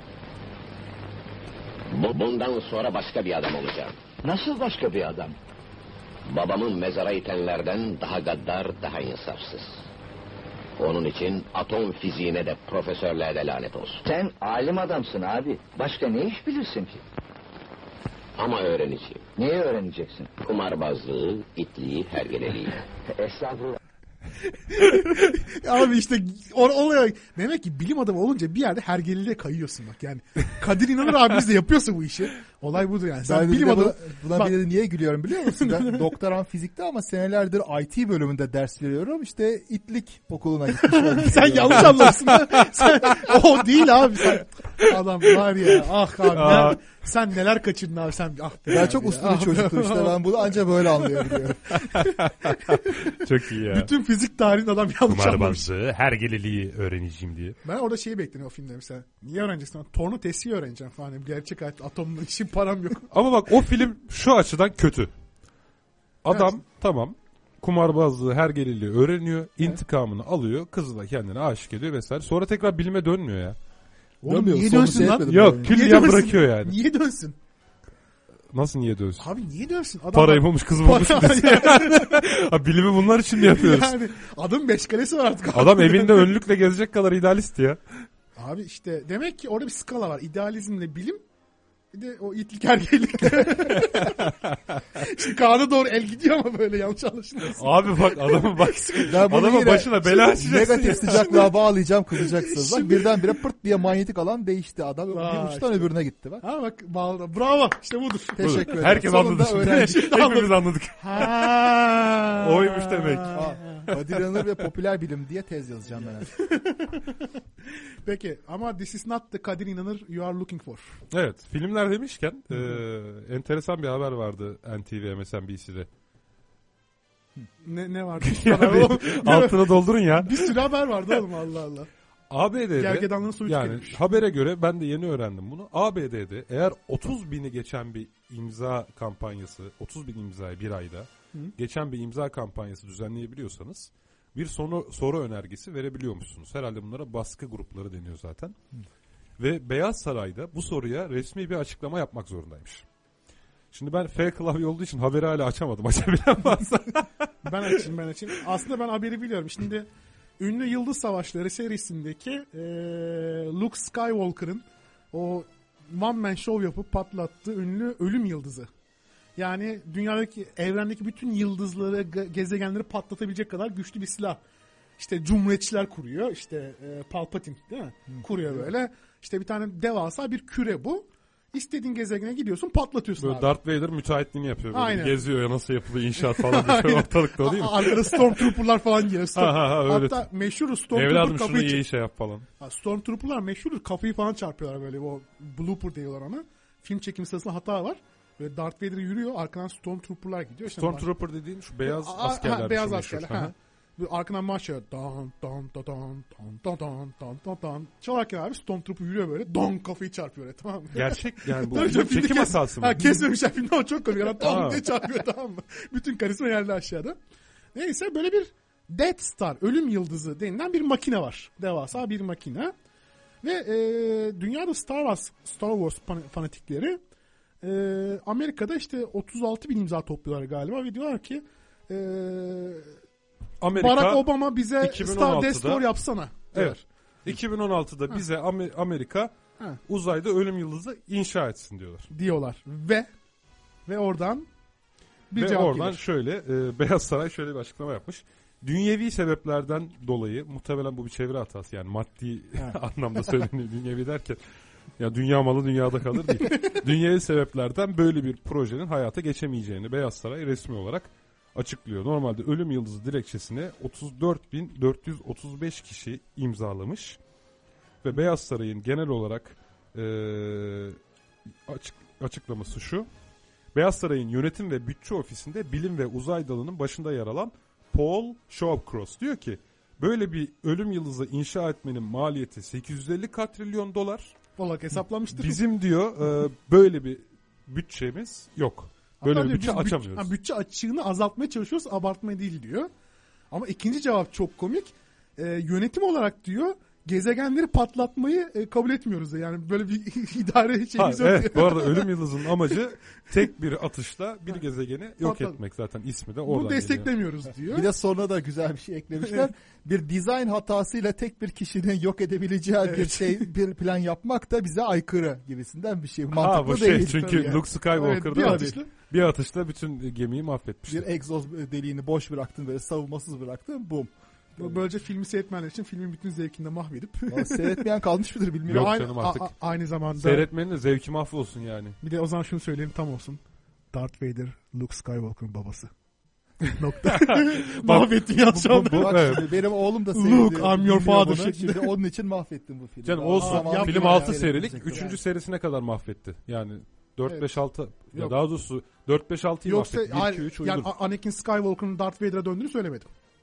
Bundan sonra başka bir adam olacağım. Nasıl başka bir adam? Babamın mezara itenlerden daha gaddar, daha insafsız. Onun için atom fiziğine de profesörlüğe de lanet olsun. Sen alim adamsın abi. Başka ne iş bilirsin ki? Ama öğreneceğim. Neyi öğreneceksin? Kumarbazlığı, itliği, hergeleliği. Estağfurullah. Abi işte olaya demek ki bilim adamı olunca bir yerde hergeliliğe kayıyorsun bak yani. Kadir İnanır abimiz de yapıyorsa bu işi. Olay budur yani. Sen bilim adamı. Buna bir de niye gülüyorum biliyor musun? Ben doktoram fizikte ama senelerdir IT bölümünde ders veriyorum. İşte İtlik okuluna gitmiş. Sen yanlış anlarsın. O değil abi sen. Adam var ya. Ah abi. Sen neler kaçırdın abi sen. Ah be. Ben çok uslu bir çocuktum işte. Ben bunu anca böyle anlayabiliyorum. Çok iyi ya. Bütün fizik tarihini adam yanlış anlamış. Kumarbazlığı, hergeliliği öğreneceğim diye. Ben orada şeyi bekleniyor o filmde mesela. Niye öğreneceksin? Torna testiyi öğreneceğim falan. Gerçek hayat atomla için param yok. Ama bak o film şu açıdan kötü. Adam tamam kumarbazlığı, hergeliliği öğreniyor. İntikamını alıyor. Kızı da kendine aşık ediyor vesaire. Sonra tekrar bilime dönmüyor ya. Oğlum niye dönsün lan? Yok külliyen bırakıyor yani. Niye dönsün? Nasıl niye dönsün? Abi niye dönsün? Adam parayı bulmuş, kızı bulmuş. Bilimi bunlar için mi yapıyoruz? Yani adam meşgalesi var artık. Adam evinde önlükle gezecek kadar idealist ya. Abi işte demek ki orada bir skala var. İdealizmle bilim, bir de o itlik ergelik. Şimdi Kaan'a doğru el gidiyor ama böyle yanlış anlaşılmasın. Abi bak adamın başına bela açacaksın. Negatif sıcaklığa bağlayacağım, kızacaksınız. Bak birdenbire pırt diye manyetik alan değişti. Adam bir uçtan öbürüne gitti. Bak. Ha bak bravo işte budur. Teşekkür ederim. Herkes anladı şimdi. Hepimiz anladık. Oymuş demek. Kadir İnanır ve popüler bilim diye tez yazacağım ben. Peki ama this is not the Kadir İnanır you are looking for. Evet, filmler demişken enteresan bir haber vardı NTV MSNBC'de. Ne vardı? Altına doldurun ya. Bir sürü haber vardı oğlum Allah Allah. ABD'de Gergedanlığın soyu yani tükenmiş. habere göre ben de yeni öğrendim bunu. ABD'de eğer 30 bini geçen bir imza kampanyası, 30 bin imzayı bir ayda geçen bir imza kampanyası düzenleyebiliyorsanız bir soru önergesi verebiliyormuşsunuz. Herhalde bunlara baskı grupları deniyor zaten. Ve Beyaz Saray'da bu soruya resmi bir açıklama yapmak zorundaymış. Şimdi ben F klavye olduğu için haberi hala açamadım. Açabilen varsa. Ben açayım. Aslında ben haberi biliyorum. Şimdi ünlü Yıldız Savaşları serisindeki Luke Skywalker'ın o one man show yapıp patlattığı ünlü ölüm yıldızı. Yani dünyadaki, evrendeki bütün yıldızları, gezegenleri patlatabilecek kadar güçlü bir silah. İşte Cumhuriyetçiler kuruyor. İşte Palpatine değil mi? Kuruyor böyle. İşte bir tane devasa bir küre bu. İstediğin gezegene gidiyorsun, patlatıyorsun böyle abi. Darth Vader müteahhitliğini yapıyor. Böyle aynen. Geziyor ya nasıl yapılıyor inşaat falan. Bir şey ortalıkta o değil mi? Arkada Stormtrooper'lar falan geliyor. Hatta meşhur Stormtrooper evladım şunu kapıyı... iyi şey yap falan. Stormtrooper'lar meşhur, kapıyı falan çarpıyorlar böyle. O blooper diyorlar ona. Film çekimi sırasında hata var. Böyle Darth Vader yürüyor, arkadan Stormtrooper'lar gidiyor. Stormtrooper dediğin şu beyaz askerler. Beyaz askerler. Arkadan marş çalıyor. Dan dan dan dan dan dan dan dan dan. Çalarken abi Stormtrooper yürüyor böyle. Don kafayı çarpıyor öyle, tamam mı? Gerçek yani bu Tabii canım, çekim hatası mı? Ha, kesmemişler filmde ama çok komik. Adam Aa. don diye çarpıyor, tamam mı? Bütün karizma yerde aşağıda. Neyse böyle bir Death Star, ölüm yıldızı denilen bir makine var. Devasa bir makine. Ve dünyada Star Wars fanatikleri Amerika'da işte 36 bin imza topluyorlar galiba ve diyorlar ki Amerika, Barack Obama bize 2016'da Star Destroyer yapsana. Evet. 2016'da bize Amerika Ha. uzayda ölüm yıldızı inşa etsin diyorlar. Ve oradan bir Ve cevap oradan gelir. şöyle Beyaz Saray şöyle bir açıklama yapmış. Dünyevi sebeplerden dolayı, muhtemelen bu bir çevre hatası yani maddi anlamda söyleniyor dünyevi derken. Ya dünya malı dünyada kalır değil. Dünyevi sebeplerden böyle bir projenin hayata geçemeyeceğini Beyaz Saray resmi olarak açıklıyor. Normalde ölüm yıldızı dilekçesine 34.435 kişi imzalamış. Ve Beyaz Saray'ın genel olarak açıklaması şu. Beyaz Saray'ın yönetim ve bütçe ofisinde bilim ve uzay dalının başında yer alan Paul Shawcross diyor ki böyle bir ölüm yıldızı inşa etmenin maliyeti 850 katrilyon dolar. Olarak hesaplanmıştır. Bizim diyor böyle bir bütçemiz yok. Böyle Hatta bir bütçe diyor, açamıyoruz. bütçe açığını azaltmaya çalışıyoruz, abartmaya değil diyor. Ama ikinci cevap çok komik. Yönetim olarak diyor gezegenleri patlatmayı kabul etmiyoruz. Yani böyle bir idare şeyimiz yok. Evet, bu arada ölüm yıldızının amacı tek bir atışla bir gezegeni yok Patlat. etmek, zaten ismi de oradan Bunu desteklemiyoruz diyor. Bir de sonra da güzel bir şey eklemişler. Bir dizayn hatasıyla tek bir kişinin yok edebileceği bir plan yapmak da bize aykırı gibisinden bir şey. Mantıklı bu değil. çünkü Yani. Luke Skywalker'da Evet, bir atışla bütün gemiyi mahvetmişti. Bir egzoz deliğini boş bıraktın, böyle savunmasız bıraktın, bum. Böylece filmi seyretmenler için filmin bütün zevkini de mahvedip. Seyretmeyen kalmış mıdır bilmiyorum. Yok canım artık. Aynı zamanda. Seyretmenin de zevki mahvolsun yani. Bir de o zaman şunu söyleyeyim tam olsun. Darth Vader, Luke Skywalker'ın babası. Nokta. Mahvettin ya şu anda. Bak, evet. benim oğlum da Luke, seyrediyor. I'm your father. Şimdi onun için mahvettim bu filmi. Canım olsun. Yapma Film ya. 6 serilik. Seyretmeyecek 3. serisine kadar mahvetti. Yani 4 Evet. 5 6 ya Yok. daha doğrusu 4 5 6'yı Yoksa mahvetti. 1 2 3 uydur. yani Anakin Skywalker'ın Darth Vader'a döndüğünü söylemedim.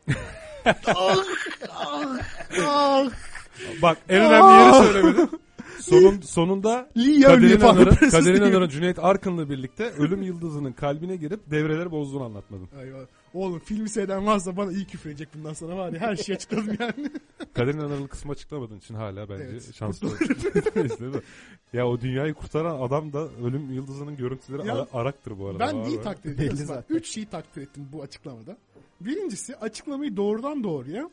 Bak en önemli yeri söylemedim. Sonunda Kadir İnanır'ın Cüneyt Arkın'la birlikte ölüm yıldızının kalbine girip devreleri bozduğunu anlatmadım. Eyvallah. Oğlum filmi seyreden varsa bana iyi küfür edecek bundan sonra var ya, her şeyi açıkladım yani. Kadir İnanır'ın kısmı açıklamadığın için hala bence Evet. şanslı. Ya o dünyayı kurtaran adam da ölüm yıldızının görüntüleri Ya, araktır bu arada. Ben Var iyi var. takdir Belli ettim. zaten. 3 şeyi takdir ettim bu açıklamada. Birincisi, açıklamayı doğrudan doğruya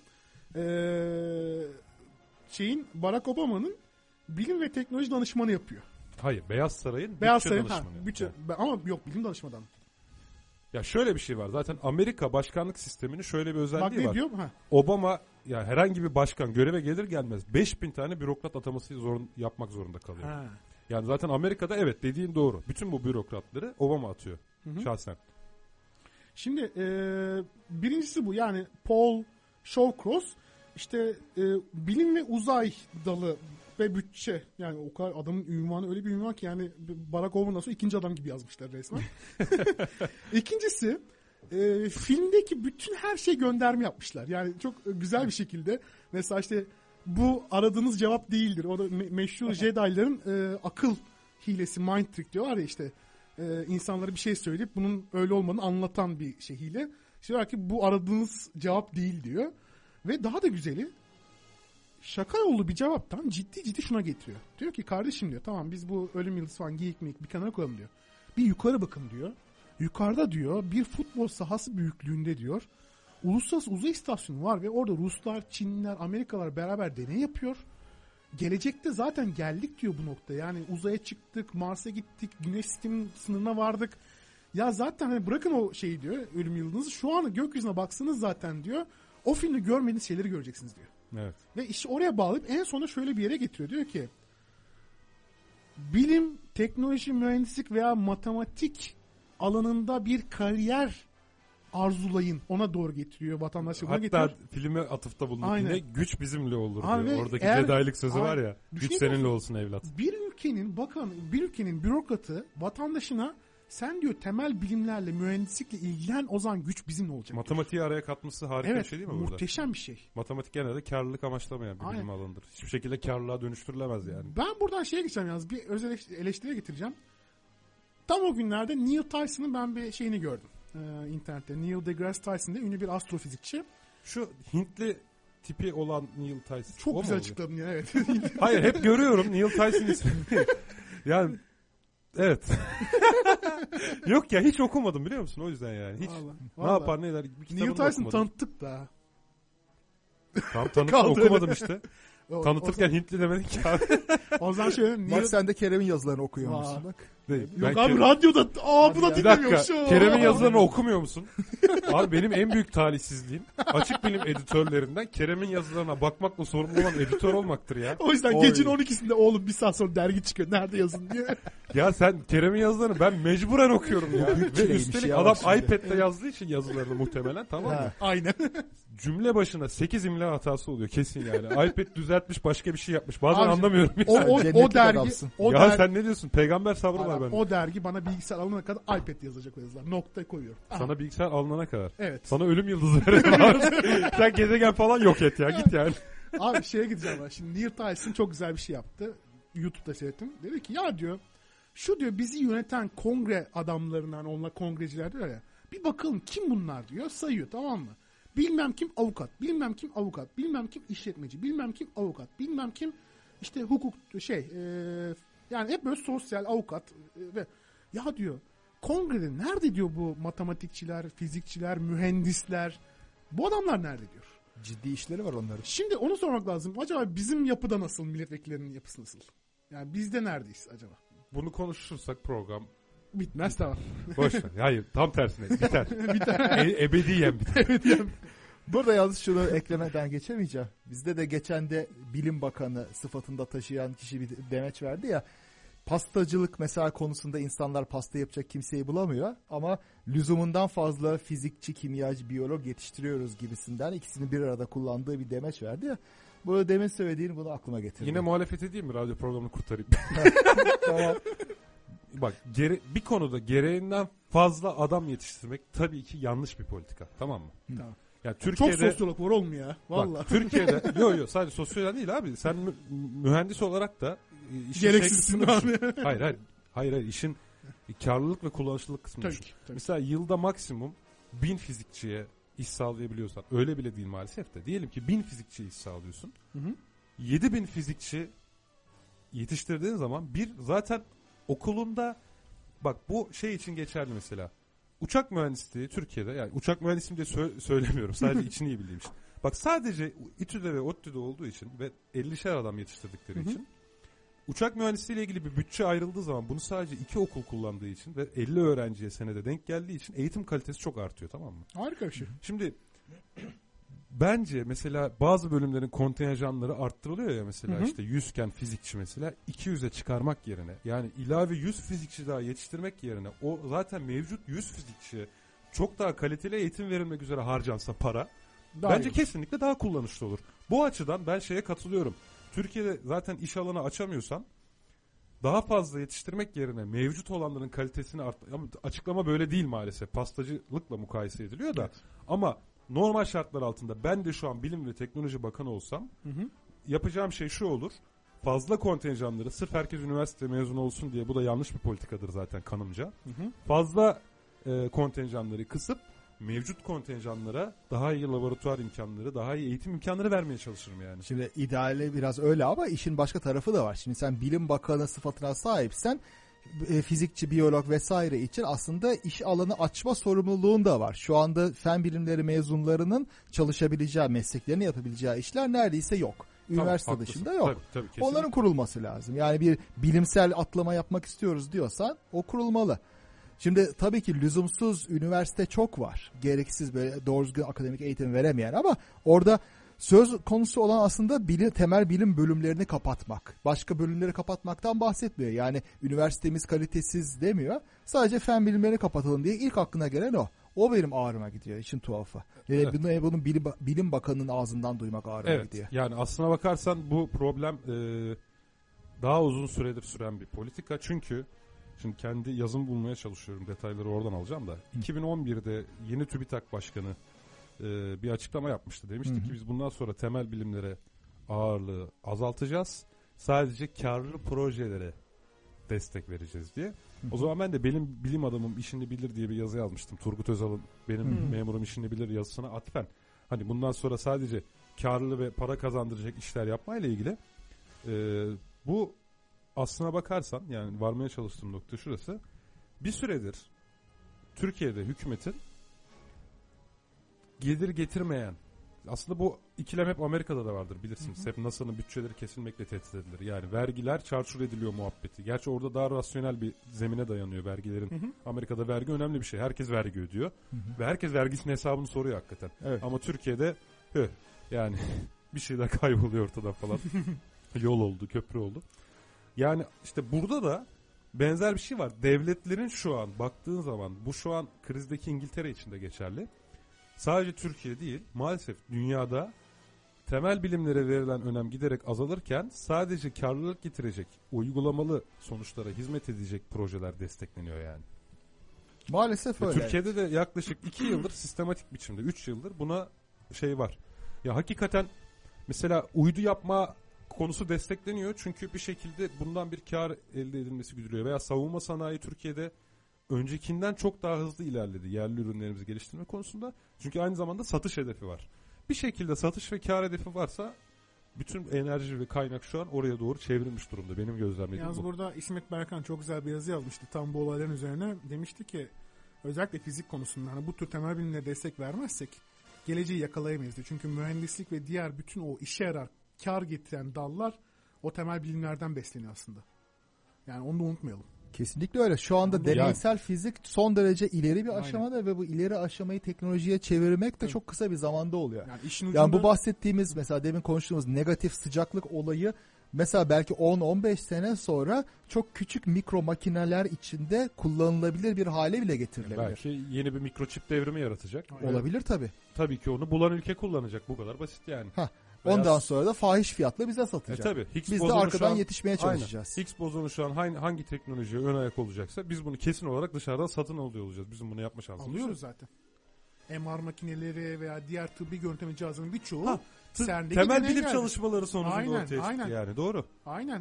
Barack Obama'nın bilim ve teknoloji danışmanı yapıyor. Hayır, Beyaz Saray'ın Beyaz bütçe Saray'ın danışmanı. bütçe, ama yok, bilim danışmanı. Ya şöyle bir şey var. Zaten Amerika başkanlık sisteminin şöyle bir Bak özelliği ne var. diyorum? Ha. Obama ya herhangi bir başkan göreve gelir gelmez 5000 tane bürokrat ataması yapmak zorunda kalıyor. Ha. Yani zaten Amerika'da evet dediğin doğru. Bütün bu bürokratları Obama atıyor. Şahsen. Şimdi birincisi bu, yani Paul Shawcross işte bilim ve uzay dalı ve bütçe, yani o kadar adamın ünvanı öyle bir ünvan ki yani Barack Obama'dan sonra ikinci adam gibi yazmışlar resmen. İkincisi filmdeki bütün her şey gönderme yapmışlar. Yani çok güzel bir şekilde mesela işte bu aradığınız cevap değildir. O da meşhur Jedi'ların akıl hilesi, mind trick diyorlar ya işte. İnsanlara bir şey söyleyip bunun öyle olmadığını anlatan bir şey hile. İşte diyor ki bu aradığınız cevap değil diyor. Ve daha da güzeli, şaka yollu bir cevaptan ciddi şuna getiriyor. Diyor ki kardeşim diyor, tamam biz bu ölüm yıldızı falan geyik bir kenara koyalım diyor. Bir yukarı bakın diyor. Yukarıda diyor bir futbol sahası büyüklüğünde diyor uluslararası uzay istasyonu var ve orada Ruslar, Çinliler, Amerikalılar beraber deney yapıyor. Gelecekte zaten geldik diyor bu nokta. Yani uzaya çıktık, Mars'a gittik, Güneş sisteminin sınırına vardık. Ya zaten hani bırakın o şeyi diyor, ölüm yıldızı. Şu an gökyüzüne baksanız zaten diyor, o filmde görmediğiniz şeyleri göreceksiniz diyor. Evet. Ve işi oraya bağlayıp en sonunda şöyle bir yere getiriyor. Diyor ki bilim, teknoloji, mühendislik veya matematik alanında bir kariyer arzulayın. Ona doğru getiriyor vatandaşlığı. Hatta filme atıfta bulunup Aynen. yine güç bizimle olur Abi, diyor. Oradaki eğer- Jedi'lik sözü Abi, var ya. Güç düşünüyor seninle musun? olsun evlat. Bir ülkenin bürokratı vatandaşına Sen diyor temel bilimlerle, mühendislikle ilgilen, o zaman güç bizimle olacak. Matematiği araya katması harika bir şey değil mi burada? Muhteşem bir şey. Matematik genelde karlılık amaçlamayan bir bilim alanıdır. Hiçbir şekilde karlılığa dönüştürülemez yani. Ben buradan şeye geçeceğim yalnız. Bir özel eleştiriye getireceğim. Tam o günlerde Neil Tyson'ın ben bir şeyini gördüm. İnternette. Neil deGrasse Tyson diye ünlü bir astrofizikçi. Şu Hintli tipi olan Neil Tyson. Çok güzel açıkladın ya, evet. Hayır, hep görüyorum Neil Tyson ismini. Yani evet. Yok ya, hiç okumadım biliyor musun, o yüzden yani. Hiç vallahi. Ne yapar ne eder, bir kitabını Neil Tyson okumadım. tanıttık da. Tam tanıttım, okumadım işte. Tanıtırken Hintli demedik ki abi. O zaman şöyle Bak sen de Kerem'in yazılarını okuyormuşsun bak. Değil. Yok abi radyoda bu da bir dakika, dinlemiyormuş. Kerem'in yazılarını okumuyor musun? Abi benim en büyük talihsizliğim açık bilim editörlerinden Kerem'in yazılarına bakmakla sorumlu olan editör olmaktır ya. O yüzden gecenin 12'sinde oğlum bir saat sonra dergi çıkıyor, nerede yazın diye. Ya sen Kerem'in yazılarını ben mecburen okuyorum ya. Ve üstelik ya adam şimdi. iPad'le yazdığı için yazılarını muhtemelen, tamam mı? Aynen. Cümle başına 8 imla hatası oluyor kesin yani. iPad düzeltmiş, başka bir şey yapmış. Bazen Abi, anlamıyorum. O dergi adamsın. Ya sen ne diyorsun? Peygamber sabrı var bende. O dergi bana bilgisayar alana kadar iPad yazacak o yazılar. Nokta koyuyorum. Sana bilgisayar alınana kadar. Evet. Sana ölüm yıldızı verelim. Sen gezegen falan yok et ya. Git yani. Abi şeye gideceğim ben. Şimdi Neil Tyson çok güzel bir şey yaptı. YouTube'da seyrettim. Dedi ki ya diyor, şu diyor bizi yöneten kongre adamlarından, onlar kongreciler diyor ya. Bir bakalım kim bunlar diyor. Sayıyor, tamam mı? Bilmem kim avukat, bilmem kim avukat, bilmem kim işletmeci, bilmem kim avukat, bilmem kim işte hukuk yani hep böyle sosyal avukat ve ya diyor kongrede nerede diyor bu matematikçiler, fizikçiler, mühendisler, bu adamlar nerede diyor. Ciddi işleri var onların. Şimdi onu sormak lazım. Acaba bizim yapıda nasıl, milletvekillerinin yapısı nasıl? Yani bizde neredeyiz acaba? Bunu konuşursak program bitmez, tamam. boş ver. Hayır, tam tersine biter. Ebediyen biter. Burada yalnız şunu eklemeden geçemeyeceğim. Bizde de geçen de bilim bakanı sıfatında taşıyan kişi bir demeç verdi ya. Pastacılık mesela konusunda insanlar pasta yapacak kimseyi bulamıyor ama lüzumundan fazla fizikçi, kimyacı, biyolog yetiştiriyoruz gibisinden ikisini bir arada kullandığı bir demeç verdi ya. Bu demin söylediğini bunu aklıma getirdi. Yine muhalefet edeyim mi, radyo programını kurtarayım? Tamam. Bak bir konuda gereğinden fazla adam yetiştirmek tabii ki yanlış bir politika, tamam mı? Tamam. Yani Türkiye'de, çok sosyolog var oğlum ya. Vallahi. Bak, Türkiye'de yok sadece sosyolog değil abi. Sen mühendis olarak da gereksizsin abi. Hayır işin karlılık ve kullanışlılık kısmını düşün. Mesela yılda maksimum 1000 fizikçiye iş sağlayabiliyorsan, öyle bile değil maalesef de, diyelim ki 1000 fizikçi iş sağlıyorsun. 7000 fizikçi yetiştirdiğin zaman bir zaten okulunda, bak bu şey için geçerli mesela. Uçak mühendisliği Türkiye'de, yani uçak mühendisiyim diye söylemiyorum. Sadece içini iyi bildiğim için. Bak sadece İTÜ'de ve ODTÜ'de olduğu için ve 50'şer adam yetiştirdikleri için uçak mühendisliği ile ilgili bir bütçe ayrıldığı zaman bunu sadece 2 okul kullandığı için ve 50 öğrenciye senede denk geldiği için eğitim kalitesi çok artıyor, tamam mı? Harika bir şey. Şimdi bence mesela bazı bölümlerin kontenjanları arttırılıyor ya, mesela işte 100 iken fizikçi mesela 200'e çıkarmak yerine, yani ilave 100 fizikçi daha yetiştirmek yerine o zaten mevcut 100 fizikçiye çok daha kaliteli eğitim verilmek üzere harcansa para, bence kesinlikle daha kullanışlı olur. Bu açıdan ben şeye katılıyorum. Türkiye'de zaten iş alanı açamıyorsan daha fazla yetiştirmek yerine mevcut olanların kalitesini ama açıklama böyle değil maalesef. Pastacılıkla mukayese ediliyor da ama normal şartlar altında ben de şu an Bilim ve Teknoloji Bakanı olsam yapacağım şey şu olur. Fazla kontenjanları sırf herkes üniversite mezunu olsun diye, bu da yanlış bir politikadır zaten kanımca. Fazla kontenjanları kısıp mevcut kontenjanlara daha iyi laboratuvar imkanları, daha iyi eğitim imkanları vermeye çalışırım yani. Şimdi ideali biraz öyle ama işin başka tarafı da var. Şimdi sen bilim bakanı sıfatına sahipsen fizikçi, biyolog vesaire için aslında iş alanı açma sorumluluğun da var. Şu anda fen bilimleri mezunlarının çalışabileceği, mesleklerini yapabileceği işler neredeyse yok. Üniversite tamam, dışında yok. Tabii, onların kurulması lazım. Yani bir bilimsel atlama yapmak istiyoruz diyorsan o kurulmalı. Şimdi tabii ki lüzumsuz üniversite çok var. Gereksiz böyle doğru düzgün akademik eğitim veremeyen ama orada söz konusu olan aslında temel bilim bölümlerini kapatmak. Başka bölümleri kapatmaktan bahsetmiyor. Yani üniversitemiz kalitesiz demiyor. Sadece fen bilimlerini kapatalım diye ilk aklına gelen o. O benim ağrıma gidiyor, işin tuhafı. Bunun bilim bakanının ağzından duymak ağrıma gidiyor. Yani aslına bakarsan bu problem daha uzun süredir süren bir politika. Çünkü Şimdi kendi yazımı bulmaya çalışıyorum. Detayları oradan alacağım da. 2011'de yeni TÜBİTAK Başkanı bir açıklama yapmıştı. Demişti ki biz bundan sonra temel bilimlere ağırlığı azaltacağız. Sadece karlı projelere destek vereceğiz diye. O zaman ben de benim bilim adamım işini bilir diye bir yazı yazmıştım. Turgut Özal'ın benim memurum işini bilir yazısına atfen. Hani bundan sonra sadece karlı ve para kazandıracak işler yapmayla ilgili bu aslına bakarsan yani varmaya çalıştığım nokta şurası. Bir süredir Türkiye'de hükümetin gelir getirmeyen, aslında bu ikilem hep Amerika'da da vardır bilirsiniz. Hep NASA'nın bütçeleri kesilmekle tehdit edilir. Yani vergiler çarçur ediliyor muhabbeti. Gerçi orada daha rasyonel bir zemine dayanıyor vergilerin. Amerika'da vergi önemli bir şey. Herkes vergi ödüyor. Ve herkes vergisinin hesabını soruyor hakikaten. Evet. Ama Türkiye'de yani bir şeyler kayboluyor ortadan falan. Yol oldu, köprü oldu. Yani işte burada da benzer bir şey var. Devletlerin şu an baktığın zaman, bu şu an krizdeki İngiltere için de geçerli. Sadece Türkiye değil, maalesef dünyada temel bilimlere verilen önem giderek azalırken sadece karlılık getirecek, uygulamalı sonuçlara hizmet edecek projeler destekleniyor yani. Maalesef öyle. Türkiye'de de yaklaşık 2 yıldır sistematik biçimde, 3 yıldır buna şey var. Ya hakikaten mesela uydu yapma konusu destekleniyor çünkü bir şekilde bundan bir kar elde edilmesi güdülüyor. Veya savunma sanayi Türkiye'de öncekinden çok daha hızlı ilerledi yerli ürünlerimizi geliştirme konusunda. Çünkü aynı zamanda satış hedefi var. Bir şekilde satış ve kar hedefi varsa bütün enerji ve kaynak şu an oraya doğru çevrilmiş durumda. Benim gözlemlediğim bu. Yalnız burada İsmet Berkan çok güzel bir yazı yazmıştı tam bu olayların üzerine. Demişti ki özellikle fizik konusunda hani bu tür temel bilimlere destek vermezsek geleceği yakalayamayız diye. Çünkü mühendislik ve diğer bütün o işe yarar kar getiren dallar o temel bilimlerden besleniyor aslında. Yani onu da unutmayalım. Kesinlikle öyle. Şu anda deneysel fizik son derece ileri bir aşamada ve bu ileri aşamayı teknolojiye çevirmek de çok kısa bir zamanda oluyor. Yani bu bahsettiğimiz mesela demin konuştuğumuz negatif sıcaklık olayı mesela belki 10-15 sene sonra çok küçük mikro makineler içinde kullanılabilir bir hale bile getirilebilir. Belki yeni bir mikroçip devrimi yaratacak. Olabilir tabii. Tabii ki onu bulan ülke kullanacak. Bu kadar basit yani. Ondan sonra da fahiş fiyatla bize satacak. Tabii. Biz de arkadan yetişmeye çalışacağız. Higgs bozonu şu an hangi teknolojiye ön ayak olacaksa biz bunu kesin olarak dışarıdan satın alıyor olacağız. Bizim bunu yapma şansımız yok. Alıyoruz zaten. MR makineleri veya diğer tıbbi görüntüleme cihazlarının birçoğu CERN'deki temel bilim çalışmaları sonucunda ortaya çıktı yani doğru. Aynen.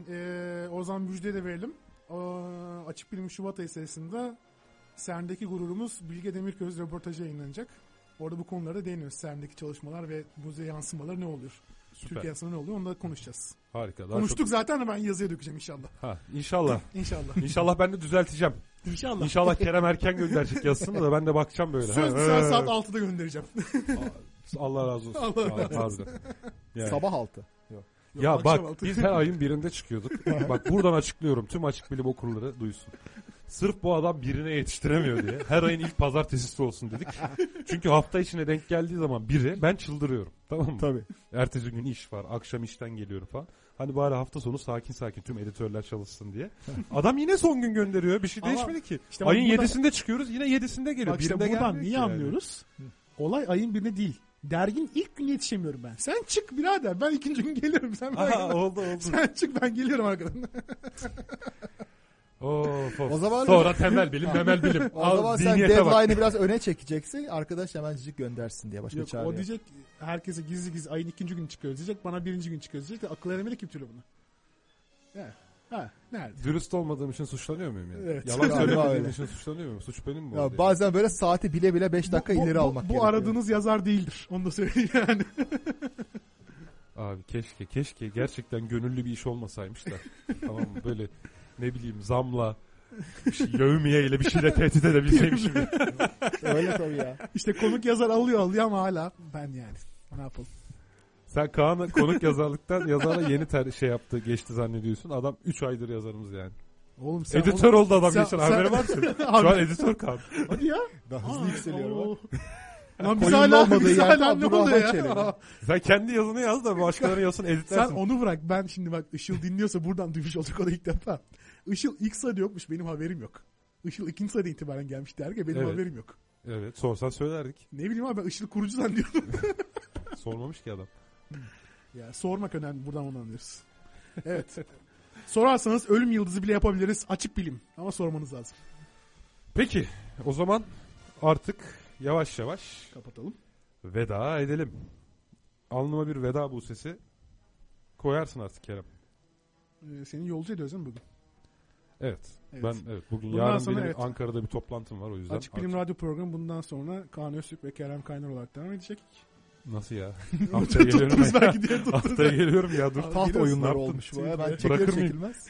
O zaman müjde de verelim. Açık Bilim Şubat ayı sayısında CERN'deki gururumuz Bilge Demirköz röportajı yayınlanacak. Orada bu konulara değiniyoruz. CERN'deki çalışmalar ve müze yansımaları ne oluyor? Süper. Türkiye yansıma ne oluyor? Onu da konuşacağız. Harika. Konuştuk zaten de ben yazıya dökeceğim inşallah. İnşallah. İnşallah. İnşallah ben de düzelteceğim. İnşallah. İnşallah Kerem erken gönderecek yazısını da ben de bakacağım böyle. Söz saat 6'da göndereceğim. Allah razı olsun. Allah razı olsun. Yani. Sabah 6. Ya bak biz her ayın birinde çıkıyorduk. Bak buradan açıklıyorum. Tüm açık bilim okurları duysun. Sırf bu adam birine yetiştiremiyor diye her ayın ilk pazartesisi olsun dedik. Çünkü hafta içine denk geldiği zaman biri ben çıldırıyorum. Tamam mı? Tabii. Ertesi gün iş var. Akşam işten geliyorum falan. Hani bari hafta sonu sakin tüm editörler çalışsın diye. Adam yine son gün gönderiyor. Bir şey değişmedi ki. İşte ayın 7'sinde çıkıyoruz. Yine 7'sinde geliyor. Bak işte buradan niye anlıyoruz? Olay ayın 1'ine değil. Dergin ilk gün yetişemiyorum ben. Sen çık birader. Ben ikinci gün geliyorum. Sen oldu. Sen çık ben geliyorum arkadan. O zaman sonra temel bilim. O zaman sen deadline'ı biraz öne çekeceksin. Arkadaş hemencik göndersin diye başka çare yok. O diyecek herkese gizli ayın ikinci günü çıkıyoruz diyecek. Bana birinci gün çıkıyoruz diyecek. Akıl eremeli kim türlü buna? Nerede? Dürüst olmadığım için suçlanıyor muyum yani? Evet. Yalan söylemediğim için suçlanıyor muyum? Suç benim mi? Ya bazen böyle saati bile 5 dakika ileri almak gerekiyor. Bu aradığınız yazar değildir. Onu da söyleyeyim yani. Abi keşke gerçekten gönüllü bir iş olmasaymış da. Tamam mı? Böyle ne bileyim zamla yevmiye bir şeyle tehdit edebilseymişim. Öyle tabii ya. İşte konuk yazar alıyor ama hala ben yani. Ne yapalım? Sen Kaan'ın konuk yazarlıktan yazara yeni şey yaptı geçti zannediyorsun. Adam 3 aydır yazarımız yani. Oğlum sen editör oldu adam geçen haberi var mı? Şu an editör Kaan. Hadi ya. Daha hızlı yükseliyor. Lan biz hala ne oldu ya? Sen kendi yazını yaz da başkalarının yazısını editlersin. Sen onu bırak. Ben şimdi bak Işıl dinliyorsa buradan duymuş olacak o da ilk defa. Işıl ilk sayıda yokmuş. Benim haberim yok. Işıl ikinci sayıda itibaren gelmiş dergi. Benim haberim yok. Evet. Sorsan söylerdik. Ne bileyim abi ben Işıl kurucu zannediyordum. Sormamış ki adam. Ya sormak önemli. Buradan onu anlıyoruz. Evet. Sorarsanız ölüm yıldızı bile yapabiliriz. Açık bilim. Ama sormanız lazım. Peki o zaman artık yavaş yavaş Kapatalım. veda edelim. Alnıma bir veda busesi koyarsın artık Kerem. Seni yolcu ediyoruz değil mi bugün? Evet. Evet. Ben bugün Bundan yarın sonra benim evet. Ankara'da bir toplantım var o yüzden. Açık Bilim Radyo programı bundan sonra Kaan Öztürk ve Kerem Kaynar olarak devam edecek. Nasıl ya? Haftaya geliyorum Tuttunuz ya. belki diye tuttunuz. Haftaya geliyorum ya dur. Taht Biliyorsun, oyunları ne yaptın? olmuş bu ya. Ben Bırakır çekilir mıyım? çekilmez.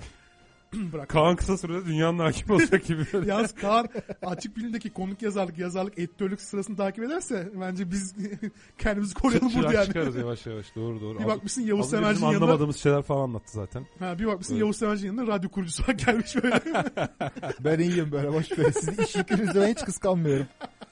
Bırak. Kaan kısa sürede dünyanın hakim olacak gibi. Yalnız Kaan Açık Bilim'deki konuk yazarlık, editörlük sırasını takip ederse bence biz kendimizi koruyalım burada yani. Çıkarız yavaş yavaş. Doğru. Bir bakmışsın Yavuz Az önce Semerci'nin bizim yanında. anlamadığımız şeyler falan anlattı zaten. Bir bakmışsın Evet. Yavuz Semerci'nin yanında radyo kurucusu olarak gelmiş böyle. Ben iyiyim böyle boş ver. Sizin iş yükünüzden hiç kıskanmıyorum.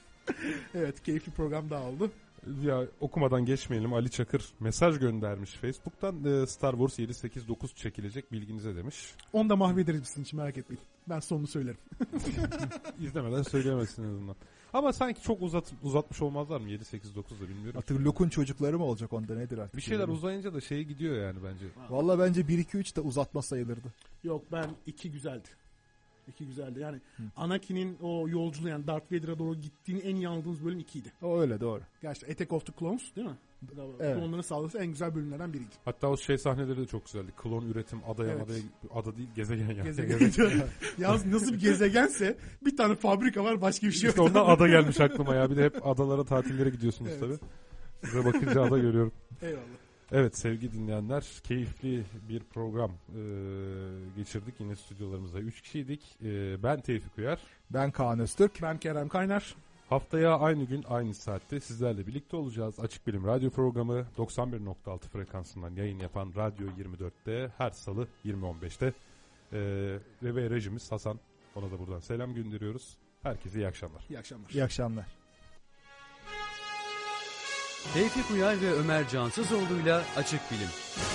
Evet, keyifli program daha oldu. Ya okumadan geçmeyelim. Ali Çakır mesaj göndermiş Facebook'tan. Star Wars 7-8-9 çekilecek bilginize demiş. Onu da mahvederiz bizim için, merak etmeyin. Ben sonunu söylerim. İzlemeden söyleyemezsin en azından. Ama sanki çok uzatmış olmazlar mı? 7-8-9'da bilmiyorum. Artık Luke'un çocukları mı olacak onda, nedir artık? Bir şeyler uzayınca da şeye gidiyor yani bence. Valla bence 1-2-3 de uzatma sayılırdı. Yok, ben 2 güzeldi. 2 güzeldi. Yani Anakin'in o yolculuğu, yani Darth Vader'a doğru gittiğini en iyi anladığımız bölüm 2'ydi. O öyle, doğru. Gerçekten Attack of the Clones değil mi? Evet. Klonların sağlaması en güzel bölümlerden biriydi. Hatta o şey sahneleri de çok güzeldi. Klon üretim Evet. ada değil gezegen ya. Gezegen. Yalnız nasıl bir gezegense bir tane fabrika var, başka bir şey yok. İşte ondan ada gelmiş aklıma ya. Bir de hep adalara, tatillere gidiyorsunuz Evet. tabii. Size bakınca ada görüyorum. Eyvallah. Evet sevgili dinleyenler, keyifli bir program geçirdik. Yine stüdyolarımızda 3 kişiydik. Ben Tevfik Uyar. Ben Kaan Öztürk. Ben Kerem Kaynar. Haftaya aynı gün aynı saatte sizlerle birlikte olacağız. Açık Bilim Radyo Programı 91.6 frekansından yayın yapan Radyo 24'te her salı 20.15'te. Ve rejimiz Hasan. Ona da buradan selam gönderiyoruz. Herkese iyi akşamlar. İyi akşamlar. İyi akşamlar. Tevfik Uyar ve Ömer Cansızoğlu'yla Açık Bilim.